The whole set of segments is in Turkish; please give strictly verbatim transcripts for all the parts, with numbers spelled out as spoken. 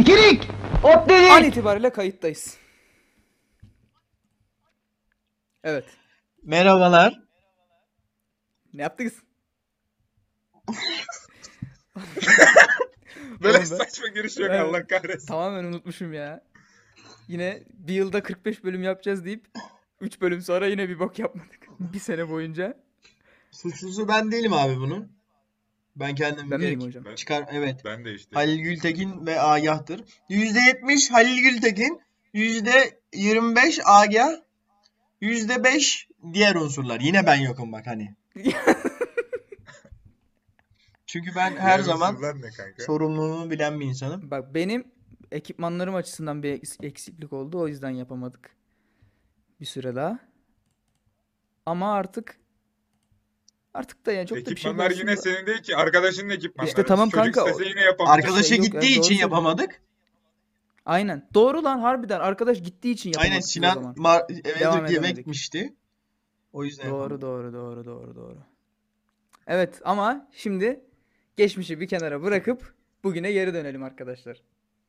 Kikirik! Ot dedik! An itibariyle kayıttayız. Evet. Merhabalar. Ne yaptınız? Böyle Oğlum ben- saçma giriş yok, ben- Allah kahretsin. Tamamen unutmuşum ya. Yine bir yılda kırk beş bölüm yapacağız deyip üç bölüm sonra yine bir bok yapmadık. Bir sene boyunca. Suçlusu ben değilim abi bunun. Ben kendim Ben miyim direkt hocam? Ben- çıkar. Evet. Ben de işte. Halil Gültekin ve Agah'tır. yüzde yetmiş Halil Gültekin, yüzde yirmi beş Agah, yüzde beş diğer unsurlar. Yine ben yokum bak hani. Çünkü ben her Diğer zaman unsurlar ne kanka? sorumluluğumu bilen bir insanım. Bak benim ekipmanlarım açısından bir eks- eksiklik oldu. O yüzden yapamadık. Bir süre daha. Ama artık artık da yani çok da bir şey Ekipmanlar yine konusunda- senin değil ki, arkadaşının ekipmanları. İşte tamam Çocuk kanka, istese yine yapamayacak. Arkadaşa şey yok, gittiği evet, doğru için söylüyorsun. yapamadık. Aynen. Doğru lan, harbiden arkadaş gittiği için yapamadık Aynen biz o Sinan zaman. mar- eve Devam yemek edemedik. gitmişti. O yüzden Doğru yapamadık. doğru doğru doğru doğru. Evet ama şimdi geçmişi bir kenara bırakıp bugüne geri dönelim arkadaşlar.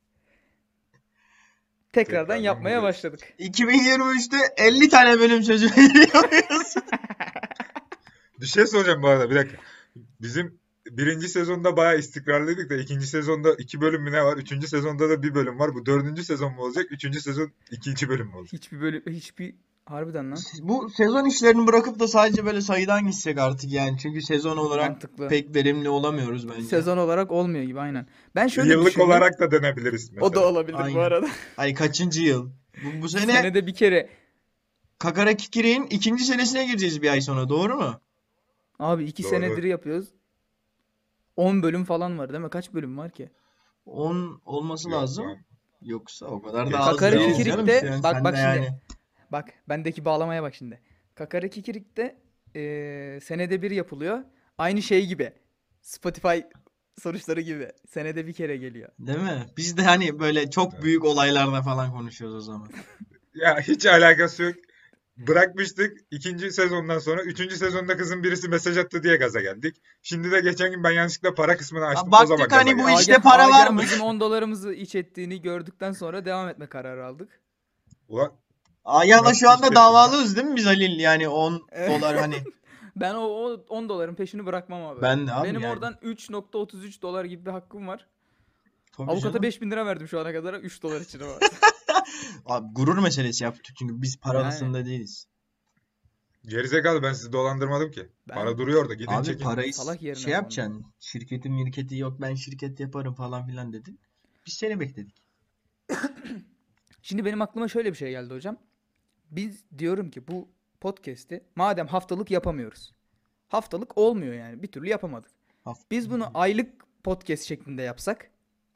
Tekrardan Tekrardan yapmaya buradayız. başladık. iki bin yirmi üçte elli tane bölüm sözü veriyoruz. Bir şey soracağım bu arada, bir dakika. Bizim birinci sezonda bayağı istikrarlıydık da ikinci sezonda iki bölüm mü ne var? Üçüncü sezonda da bir bölüm var. Bu dördüncü sezon mu olacak? Üçüncü sezon ikinci bölüm mü olacak? Hiçbir bölüm hiçbir harbiden lan. Bu sezon işlerini bırakıp da sadece böyle sayıdan gitsek artık yani. Çünkü sezon olarak Mantıklı. pek verimli olamıyoruz bence. Sezon olarak olmuyor gibi aynen. Ben şöyle Yıllık düşündüm. olarak da dönebiliriz mesela. O da olabilir bu Aynen. arada. Ay kaçıncı yıl? Bu, bu sene Senede bir kere. Kakara Kikirik'in ikinci senesine gireceğiz bir ay sonra, doğru mu? Abi iki Doğru. senedir yapıyoruz. on bölüm falan var değil mi? Kaç bölüm var ki? on olması Yok lazım. lan. Yoksa o kadar da Kakara az değiliz Kikirik'te- canım. Sen- bak- sen bak de şimdi. yani. Bak bendeki bağlamaya bak şimdi. Kakara Kikirik'te eee, senede bir yapılıyor. Aynı şey gibi. Spotify sonuçları gibi. Senede bir kere geliyor. Değil mi? Biz de hani böyle çok Evet. büyük olaylarda falan konuşuyoruz o zaman. Ya hiç alakası yok. Bırakmıştık ikinci sezondan sonra. Üçüncü sezonda kızın birisi mesaj attı diye gaza geldik. Şimdi de geçen gün ben yanlışlıkla para kısmını açtım. O zaman baktık gaza hani bu geldik. işte Agah- para Agah varmış. bizim on dolarımızı iç ettiğini gördükten sonra devam etme kararı aldık. Ulan Ayağla Nasıl şu anda işlettin davalıyız değil mi biz Halil? Yani on Evet. dolar hani. Ben o, o on doların peşini bırakmam abi. Ben de abi Benim yani. oradan üç nokta otuz üç dolar gibi bir hakkım var. Tabii Avukata canım. beş bin lira verdim şu ana kadar. üç dolar için ama. Abi gurur meselesi yaptık çünkü biz para Yani. arasında değiliz. gerizekalı, ben sizi dolandırmadım ki. Ben- Para duruyor da gidin Abi çekin. parayı Salak yerine şey yapacaksın. Şirketin mirketi yok, ben şirket yaparım falan filan dedin. Biz seni bekledik. Şimdi benim aklıma şöyle bir şey geldi hocam. Biz diyorum ki bu podcast'i madem haftalık yapamıyoruz. Haftalık olmuyor yani. Bir türlü yapamadık. Hafta- Biz bunu aylık podcast şeklinde yapsak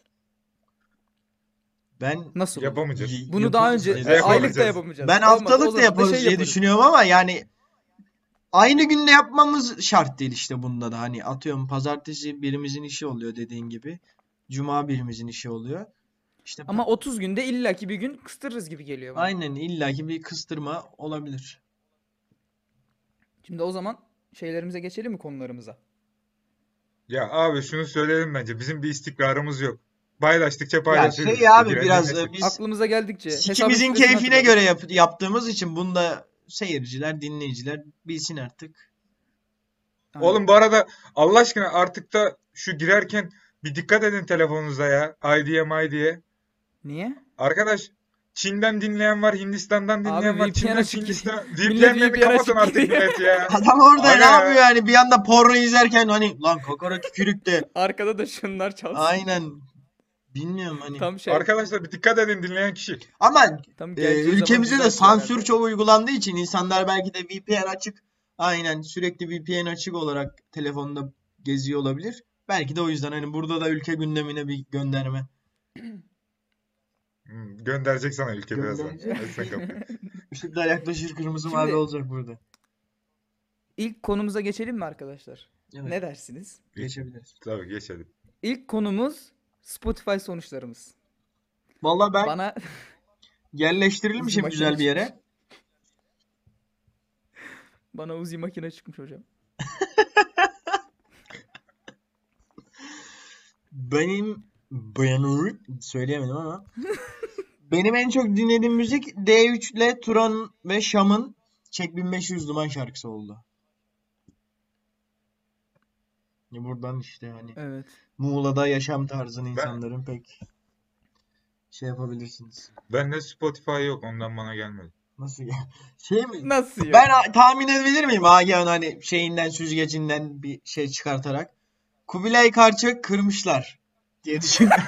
Ben nasıl olur? Yapamayacağız. Y- Bunu daha yaparız. önce Neden e, yapamayacağız? aylık da yapamayacağız. Ben Olmadı, o haftalık da zaman yaparız şey diye yaparız. düşünüyorum ama yani aynı günde yapmamız şart değil işte bunda da. Hani atıyorum pazartesi birimizin işi oluyor dediğin gibi. Cuma birimizin işi oluyor. İşte Ama otuz günde illaki bir gün kıstırırız gibi geliyor bana. aynen illaki bir kıstırma olabilir. Şimdi o zaman şeylerimize geçelim mi, konularımıza? Ya abi şunu söyleyelim bence. Bizim bir istikrarımız yok. Paylaştıkça Ya paylaşıyoruz. şey abi işte, biraz direnci e, biz Aklımıza geldikçe hesabın sikimizin şifresini keyfine hatırladık. göre yap- yaptığımız için bunda seyirciler, dinleyiciler bilsin artık. Aynen. Oğlum bu arada Allah aşkına artık da şu girerken bir dikkat edin telefonunuza ya. I D M I diye. Niye? Arkadaş, Çin'den dinleyen var, Hindistan'dan dinleyen Abi var. V P N Çin'den açık Hindistan. Millet V P N'lerini V P N kapatın açık artık giriyor. millet ya. Adam orada Aga ne ya. yapıyor yani bir anda porno izlerken hani lan kakara kükürük de Arkada da şunlar çalsın. aynen bilmiyorum hani. Tam şey. Arkadaşlar bir dikkat edin dinleyen kişi. Ama Tam e, geleceği zaman ülkemizde de güzel sansür şeylerdi. çok uygulandığı için insanlar belki de V P N açık, aynen sürekli V P N açık olarak telefonda geziyor olabilir. Belki de o yüzden hani burada da ülke gündemine bir gönderme. Hmm, gönderecek sana ülke birazdan. Gönderecek. Hadi sen kapıyı. Işıklar yaklaşır, kırmızı Şimdi- mavi olacak burada. İlk konumuza geçelim mi arkadaşlar? Evet. Ne dersiniz? Geçebiliriz. Tabii geçelim. İlk konumuz Spotify sonuçlarımız. Vallahi ben Bana yerleştirilmişim Uzi güzel bir makine yere. bana Uzi makine çıkmış hocam. Benim Beyanur söyleyemedim ama. Benim en çok dinlediğim müzik D üç ile Turan ve Şam'ın Çek bin beş yüz Duman şarkısı oldu. Ya buradan işte hani Evet. Muğla'da yaşam tarzını Ben insanların pek şey yapabilirsiniz. bende Spotify yok, ondan bana gelmedi. Nasıl ya? Şey mi? Nasıl yok? Ben a- tahmin edebilir miyim Agah'ın hani şeyinden süzgecinden bir şey çıkartarak? Kubilay Karç'ı kırmışlar diye düşünüyorum.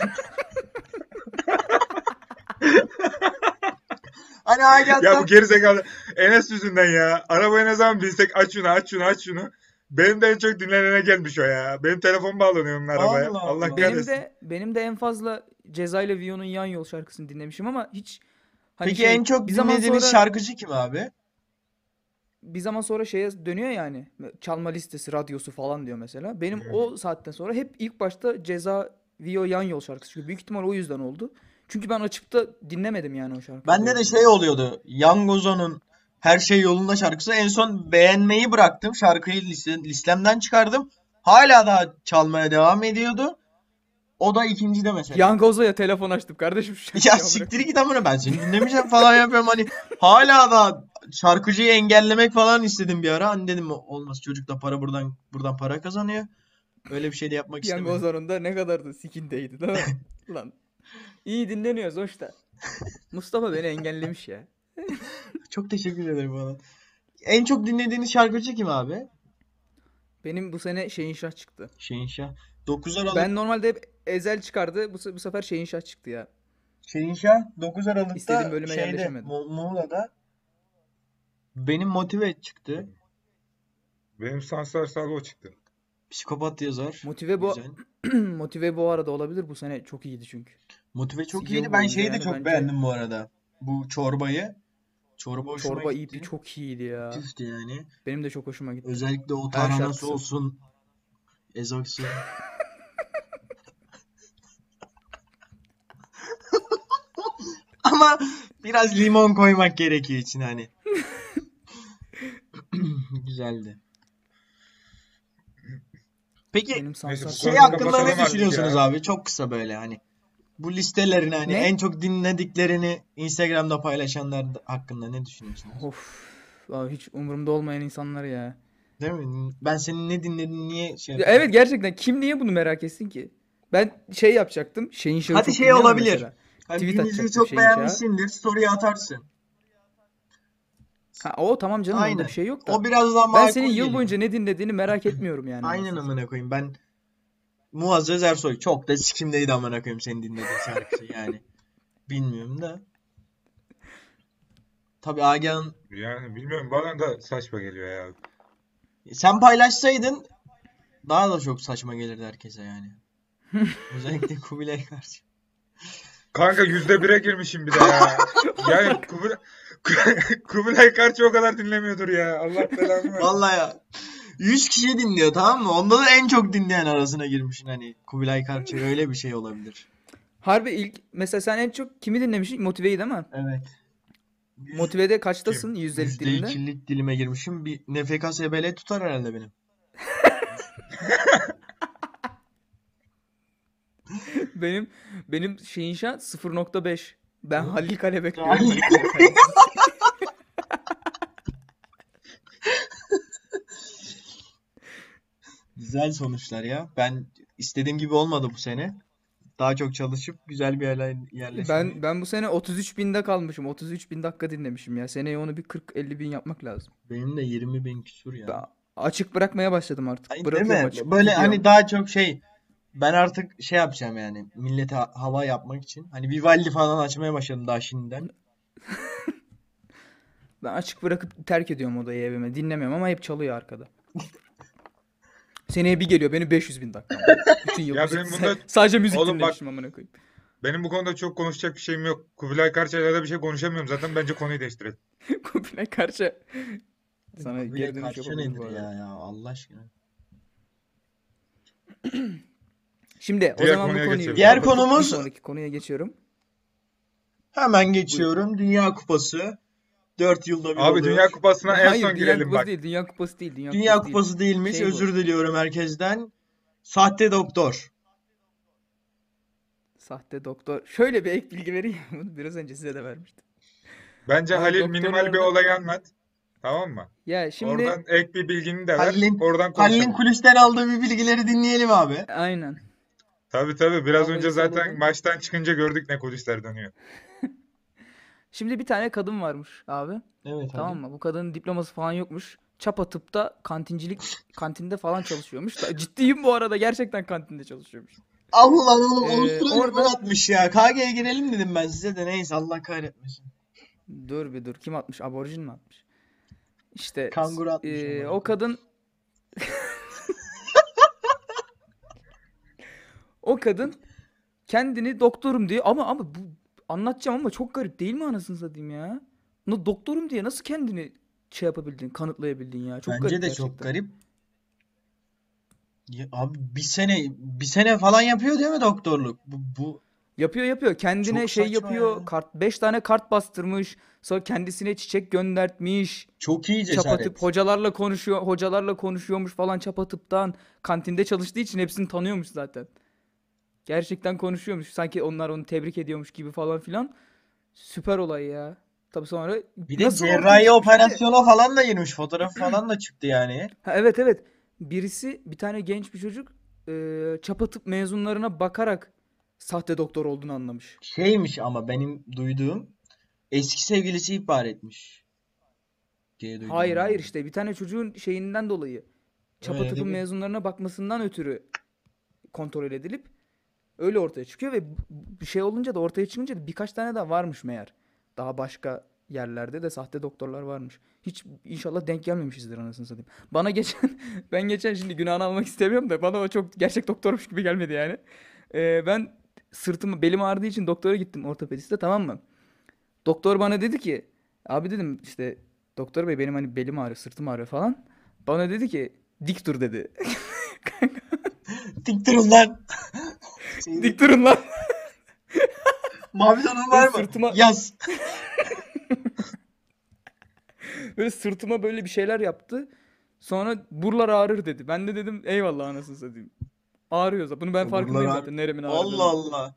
Hani Ya bu Agah'tan gerizekalı Enes yüzünden ya. Arabayı ne zaman binsek aç şunu aç şunu aç şunu. Benim de en çok dinlenene gelmiş o ya. Benim telefon bağlanıyor onun arabaya. Allah Allah Allah. Benim kahretsin. de benim de en fazla Ceza ile Vio'nun Yan Yol şarkısını dinlemişim ama hiç hani Peki şey en çok bir zaman dinlediğiniz sonra şarkıcı kim abi? bir zaman sonra şeye dönüyor yani. Çalma listesi, radyosu falan diyor mesela. Benim Hmm. o saatten sonra hep ilk başta Ceza, Vio, Yan Yol şarkısı. Çünkü büyük ihtimal o yüzden oldu. Çünkü ben açıp da dinlemedim yani o şarkıyı Bende doğru de düzgün. şey oluyordu. Yangozo'nun Her Şey Yolunda şarkısı. En son beğenmeyi bıraktım. Şarkıyı liste, listemden çıkardım. Hala daha çalmaya devam ediyordu. O da ikincide mesela. Yangozo'ya telefon açtım kardeşim şu Ya şarkıyı amına siktir koyayım. git amına, ben seni dinlemeyeceğim falan yapıyorum hani. Hala da şarkıcıyı engellemek falan istedim bir ara. Hani dedim olmaz, çocuk da para buradan buradan para kazanıyor. Öyle bir şey de yapmak istemedim. Yangozo'nun da ne kadar da sikindeydi değil mi? Ulan iyi dinleniyoruz hoş da. Mustafa beni engellemiş ya. Çok teşekkür ederim bana. En çok dinlediğiniz şarkıcı kim abi? Benim bu sene Şehinşah çıktı. Şehinşah. dokuz Aralık. Ben normalde hep Ezel çıkardı. Bu, se- bu sefer Şehinşah çıktı ya. Şehinşah dokuz İstediğim Aralık'ta bölüme şeyde yerleşemedim. Mu- Muğla'da benim motive çıktı. Benim Sansar Salvo çıktı. Psikopat yazar. Motive bu Güzel. Motive bu arada olabilir. Bu sene çok iyiydi çünkü. Motive çok Yıl iyiydi. Ben boyunca şeyi de yani çok bence beğendim bu arada. Bu çorbayı. Çorba hoşuma Çorba gitti. E P çok iyiydi ya. Müthişti yani. Benim de çok hoşuma gitti. Özellikle o Her tarhanası şarkısı. olsun, ezoksi. Ama biraz limon koymak gerekiyor içine hani. Güzeldi. Peki Benim Neyse Sansar bu şey konuyu Salvo hakkında kapatalım ne artık düşünüyorsunuz ya. abi? Çok kısa böyle hani. Bu listelerini hani Ne? en çok dinlediklerini Instagram'da paylaşanlar hakkında ne düşünüyorsunuz? Of. Abi hiç umurumda olmayan insanlar ya. Değil mi? Ben senin ne dinlediğini niye şey Ya yapayım? evet gerçekten kim niye bunu merak etsin ki? Ben şey yapacaktım. Şehinşah'ı Hadi çok şey dinliyorum ya olabilir. mesela. Hani Tweet bir müziği atacaktım çok Şehinşah'a. beğenmişsindir, story atarsın. Ha o tamam canım onda Aynen. bir şey yok O da. biraz daha Ben senin makul yıl geliyor. boyunca ne dinlediğini merak etmiyorum yani Aynen anasını amına satayım. koyayım. Ben Muazzez Ersoy çok da sikimdeydi amına koyayım senin dinlediğin şarkısı yani. Bilmiyorum da. Tabii Agah'ın Yani bilmiyorum, bana da saçma geliyor ya. sen paylaşsaydın daha da çok saçma gelirdi herkese yani. Özellikle Kubilay karşı. Kanka yüzde bire girmişim bir de ya. Yani Kubilay, Kubilay Karçı o kadar dinlemiyordur ya. Allah belanı versin. Vallahi ya. yüz kişi dinliyor tamam mı? Onda da en çok dinleyen arasına girmişsin hani. Kubilay Karçı öyle bir şey olabilir. Harbi ilk mesela sen en çok kimi dinlemişsin? Motive'yi değil mi? Evet. Yüz- Motive'de kaçtasın yüzdelik Yüzde dilimde? ikilik dilime girmişim. Bir N F K S B L tutar herhalde benim. Benim benim Şehinşah sıfır nokta beş. Ben Hı? Halil Kale bekliyorum. Halil Halil Kale kaybetsin. Güzel sonuçlar ya. Ben istediğim gibi olmadı bu sene. Daha çok çalışıp güzel bir yerle yerleşmeyi. Ben ben bu sene otuz üç binde kalmışım. otuz üç bin dakika dinlemişim ya. Seneye onu bir kırk elli bin yapmak lazım. Benim de yirmi bin küsur ya. Ben açık bırakmaya başladım artık. Ay, değil Bırakıyorum mi? açık Böyle gidiyorum. hani daha çok şey, ben artık şey yapacağım yani millete ha- hava yapmak için. Hani Vivaldi falan açmaya başladım daha şimdiden. Ben açık bırakıp terk ediyorum odayı evime. Dinlemiyorum ama hep çalıyor arkada. Seneye bir geliyor benim beş yüz bin dakikam. Bütün yıl Ya müzik- benim bunda- sadece müzik Oğlum bak- dinlemişim amına koyayım. Benim bu konuda çok konuşacak bir şeyim yok. Kubilay Karçay'la da bir şey konuşamıyorum zaten. Bence konuyu değiştirelim. Kubilay karşı sana Kubilay geri dönüş Karşı yapabilirim bu nedir arada. ya ya Allah aşkına. Şimdi o Diğer zaman bu konuya konuyu geçelim. Diğer kapatıp bir konumuz- sonraki konuya geçiyorum. Hemen geçiyorum. Dünya Kupası. dört yılda bir Abi oluyor. Dünya Kupası'na en Hayır son Dünya girelim Kupası bak. değil, Dünya Kupası değil, Dünya, Dünya Kupası değil. Kupası değilmiş. Şey bu. Özür diliyorum herkesten. Sahte doktor. Sahte doktor. Şöyle bir ek bilgi vereyim. Bunu biraz önce size de vermiştim. Bence Abi Halil minimal bir doktorlarda olay anlat. Tamam mı? ya şimdi Oradan ek bir bilgini de ver. Halil'in Oradan Halil'in konuşalım. kulisten aldığı bir bilgileri dinleyelim abi. aynen. Tabii tabii. Biraz önce Alayı zaten salladım. maçtan çıkınca gördük ne kulisler dönüyor. Şimdi bir tane kadın varmış abi. Evet Tamam Halil. mı? Bu kadının diploması falan yokmuş. Çapa tıpta kantincilik kantinde falan çalışıyormuş. Da- Ciddiyim bu arada. Gerçekten kantinde çalışıyormuş. Ah ulan oğlum Ee, Avustralya gol orada atmış ya. K G'ye girelim dedim ben size de neyse Allah kahretmesin. dur bir dur. Kim atmış? Aborjin mi atmış? İşte Kanguru atmış e, amına o koyayım. kadın o kadın kendini doktorum diye ama ama bu anlatacağım ama çok garip değil mi anasını satayım ya? No, doktorum diye nasıl kendini şey yapabildin, kanıtlayabildin ya? Çok Bence garip de çok gerçekten. garip. Ya abi bir sene bir sene falan yapıyor değil mi doktorluk? Bu, bu Yapıyor yapıyor. Kendine çok şey saçma yapıyor. ya. Kart beş tane kart bastırmış. Sonra kendisine çiçek göndertmiş. Çok iyi Çapatıp cesaret. hocalarla konuşuyor, hocalarla konuşuyormuş falan çapatıptan. Kantinde çalıştığı için hepsini tanıyormuş zaten. Gerçekten konuşuyormuş. Sanki onlar onu tebrik ediyormuş gibi falan filan. Süper olay ya. Tabii sonra Bir de nasıl ortaya cerrahi çıkmış bir de? operasyona falan da girmiş. Fotoğraf falan da çıktı yani. Ha, evet evet. Birisi bir tane genç bir çocuk e, çapatıp mezunlarına bakarak sahte doktor olduğunu anlamış. Şeymiş ama benim duyduğum eski sevgilisi ihbar etmiş diye duydum Hayır ben hayır onu. işte bir tane çocuğun şeyinden dolayı Öyle çapatıpın değil mi? mezunlarına bakmasından ötürü kontrol edilip öyle ortaya çıkıyor ve bir şey olunca da ortaya çıkınca da birkaç tane daha varmış meğer. Daha başka yerlerde de sahte doktorlar varmış. Hiç inşallah denk gelmemişizdir anasını satayım. Bana geçen ben geçen şimdi günahını almak istemiyorum da bana o çok gerçek doktormuş gibi gelmedi yani. Ee, ben sırtımı belim ağrıdığı için doktora gittim ortopediste tamam mı? Doktor bana dedi ki abi dedim işte doktor bey benim hani belim ağrıyor sırtım ağrıyor falan. Bana dedi ki dik dur dedi. Dik durun lan. Dik Şeyde, durun lan. mavi donun Böyle var mı? sırtıma Yaz. böyle sırtıma böyle bir şeyler yaptı. Sonra buralar ağrır dedi. Ben de dedim eyvallah anasını satayım. Ağrıyor zaten. Bunu ben Buralar farkındayım ağrı. zaten neremin Allah ağrıdığının. Allah.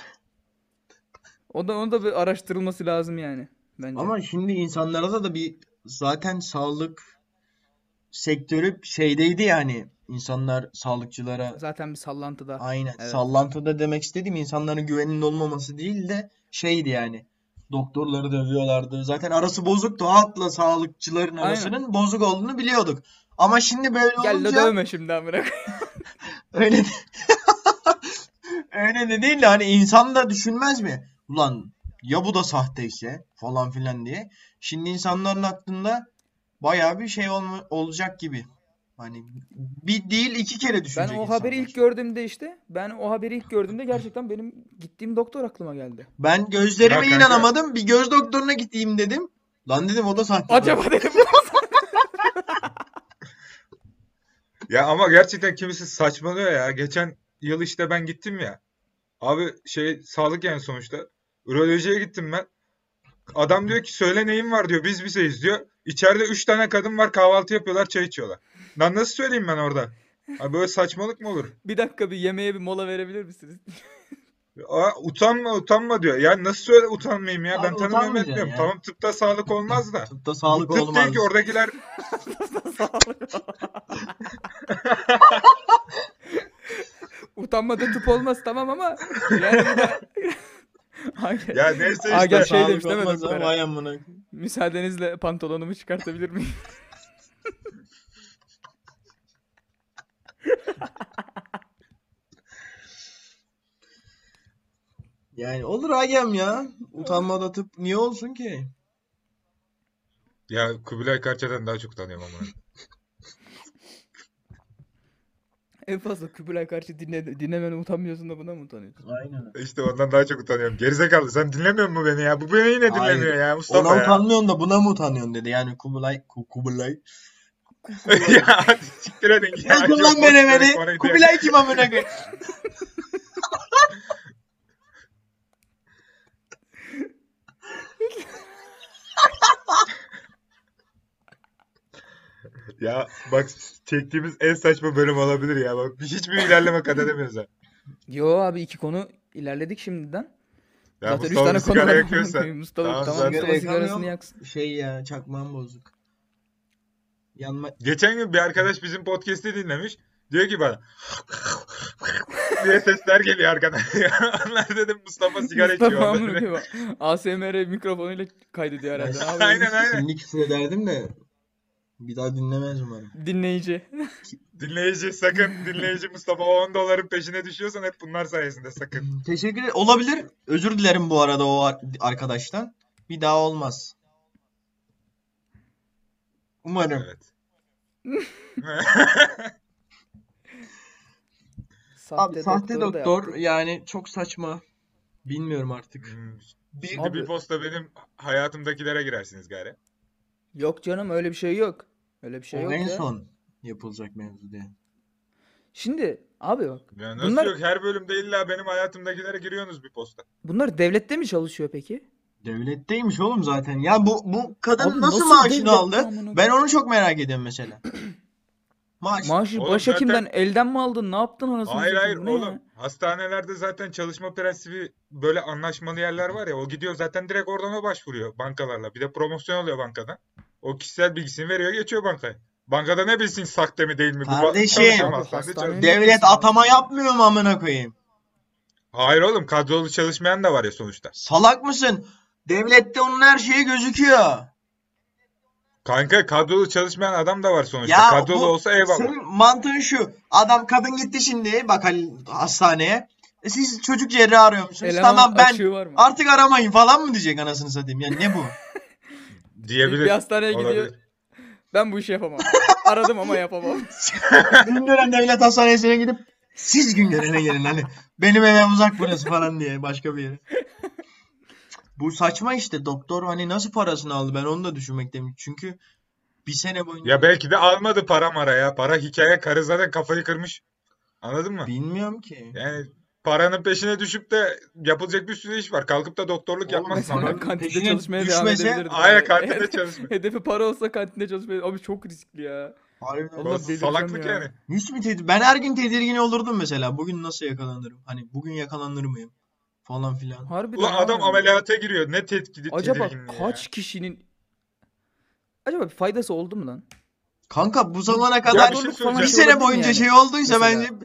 O da onu da bir araştırılması lazım yani bence. Ama şimdi insanlara da bir zaten sağlık sektörü şeydeydi yani. İnsanlar sağlıkçılara Zaten bir sallantıda. aynen Evet. sallantıda demek istediğim insanların güveninin olmaması değil de şeydi yani. Doktorları dövüyorlardı. Zaten arası bozuktu. Halkla sağlıkçıların Aynen. arasının bozuk olduğunu biliyorduk. Ama şimdi böyle Gel de olunca dövme şimdi amına koyayım. öyle de, öyle de değil de hani insan da düşünmez mi? Ulan ya bu da sahteyse falan filan diye. Şimdi insanların aklında bayağı bir şey olma, olacak gibi. Hani bir değil iki kere Ben düşünecek o haberi insanlar. ilk gördüğümde işte ben o haberi ilk gördüğümde gerçekten benim gittiğim doktor aklıma geldi. Ben Ya gözlerime kanka inanamadım. Bir göz doktoruna gideyim dedim. Lan dedim o da sahte zaten. Acaba dedim. ya ama gerçekten kimisi saçmalıyor ya. Geçen yıl işte ben gittim ya. Abi şey sağlık yani sonuçta. Ürolojiye gittim ben. Adam diyor ki söyle neyin var diyor. Biz bizeyiz diyor. İçeride üç tane kadın var kahvaltı yapıyorlar çay içiyorlar. Lan nasıl söyleyeyim ben orada? Abi böyle saçmalık mı olur? Bir dakika bir yemeğe bir mola verebilir misiniz? Aa, utanma utanma diyor. Ya nasıl söyle utanmayayım ya? Ben Abi tanımıyorum utanmayacaksın etmiyorum. ya. Tamam tıpta sağlık olmaz da. Tıpta Bu sağlık tıp değil ki olmaz. oradakiler Utanmada tıp olmaz tamam ama yani bu da Aga, ya neyse Aga işte. Tıpta şey sağlık demiş değil mi olmaz ama doktora? vay amına. Müsaadenizle pantolonumu çıkartabilir miyim? Yani olur Agem ya. Utanmada tıp niye olsun ki? Ya Kubilay Karça'dan daha çok tanıyorum ama. En fazla Kubilay karşı dinle, dinlemene utanmıyorsun da buna mı utanıyorsun? Aynen. İşte ondan daha çok utanıyorum. Gerizekalı sen dinlemiyor musun beni ya? Bu beni yine Hayır. dinlemiyor ya Mustafa Ona ya. utanmıyorsun da buna mı utanıyorsun dedi. Yani Kubilay, Ku- Kubilay. Kubilay. ya hadi siktir edin ya. Yazın Yok lan boş beni verin beni. konuyu diye. Kubilay kim amına koyayım? Ya bak çektiğimiz en saçma bölüm olabilir ya. Bak hiçbir ilerleme kat edemiyoruz ha. Yo abi iki konu İlerledik şimdiden. Ya Zaten üç Mustafa tane bir konu sigara var. yakıyorsa. Mustafa Tamam tamam zaten. Sigara Mustafa sigarasını yakamıyorum. yaksın. Şey ya çakmağım bozuk. Yanma... Geçen gün bir arkadaş bizim podcast'i dinlemiş. Diyor ki bana diye sesler geliyor arkadan. Onlar dedim Mustafa sigara içiyor Mustafa orada. amına koyayım. A S M R mikrofonuyla kaydediyor Ben herhalde. Ne yapıyorsun? Aynen aynen. şimdi küfür ederdim de bir daha dinlemez umarım. Dinleyici. Dinleyici sakın dinleyici Mustafa o on doların peşine düşüyorsan hep bunlar sayesinde sakın. Teşekkür ederim. Olabilir. Özür dilerim bu arada o ar- arkadaştan. Bir daha olmaz. Umarım. Evet. Abi Sahte sahte doktoru da doktor yaptık. yani çok saçma. Bilmiyorum artık. Hmm, Bir, Şimdi Abi- bir posta benim hayatımdakilere girersiniz gari. Yok canım öyle bir şey yok. Öyle bir şey o yok en ya. son yapılacak mevzu diye. Şimdi abi bak. Ya nasıl Bunlar yok? Her bölümde illa benim hayatımdakilere giriyorsunuz bir posta. bunlar devlette mi çalışıyor peki? Devletteymiş oğlum zaten. Ya bu bu kadın Abi nasıl nasıl maaşını devlette aldı? amına Ben onu çok merak ediyorum mesela. Maaş. Maaşı Oğlum başhekimden zaten- elden mi aldın? Ne yaptın anasını Hayır hayır satayım? Bu ne ya? oğlum. Hastanelerde zaten çalışma prensibi böyle anlaşmalı yerler var ya. O gidiyor zaten direkt oradan o başvuruyor bankalarla. Bir de promosyon alıyor bankadan. O kişisel bilgisini veriyor geçiyor bankaya. Bankada ne bilsin sahte mi değil mi? Bu ba- Kardeşim. çalışan Abi hastanede hastanenin çalışıyor. Devlet bilgisi lazım. atama yapmıyor mu amına koyayım? Hayır oğlum kadrolu çalışmayan da var ya sonuçta. Salak mısın? Devlette onun her şeyi gözüküyor. Kanka kadrolu çalışmayan adam da var sonuçta. Ya Kadrolu bu olsa eyvallah. senin mantığın şu. Adam kadın gitti şimdi bak hani hastaneye. E siz çocuk cerrahı arıyor musunuz? Eleman Tamam ben açığı var mı? artık aramayın falan mı diyecek anasını satayım. Ya ne bu? Diyebilir. Bir hastaneye gidiyor. Olabilir. Ben bu işi yapamam. Aradım ama yapamam. Güngören Devlet Hastanesi'ne gidip siz Güngören'e gelin hani. Benim evim uzak burası falan diye başka bir yere. Bu saçma işte. Doktor hani nasıl parasını aldı ben onu da düşünmekteyim. Çünkü bir sene boyunca Ya belki de almadı para mara ya. Para hikaye karı zaten kafayı kırmış. Anladın mı? bilmiyorum ki. Yani paranın peşine düşüp de yapılacak bir sürü iş var. Kalkıp da doktorluk Oğlum yapmazsın mesela anladın Mesela mı? kantinde peşine çalışmaya devam düşmese- edebilirdim. Aynen yani. kantinde Eğer çalışma. Hedefi para olsa kantinde çalışmaya. Abi çok riskli ya. Harbiden. Allah O delireceğim salaklık ya. yani. Hiç mi tedir- Ben her gün tedirgin olurdum mesela. Bugün nasıl yakalanırım? Hani bugün yakalanır mıyım? Falan filan. Harbiden Ulan adam ha. ameliyata giriyor. Ne tetkidi Acaba tedirginliği kaç ya. kişinin Acaba bir faydası oldu mu lan? Kanka bu zamana Ya kadar bir şey bir söyleyeceğim. sene olabilir mi boyunca yani? şey olduysa Mesela. bence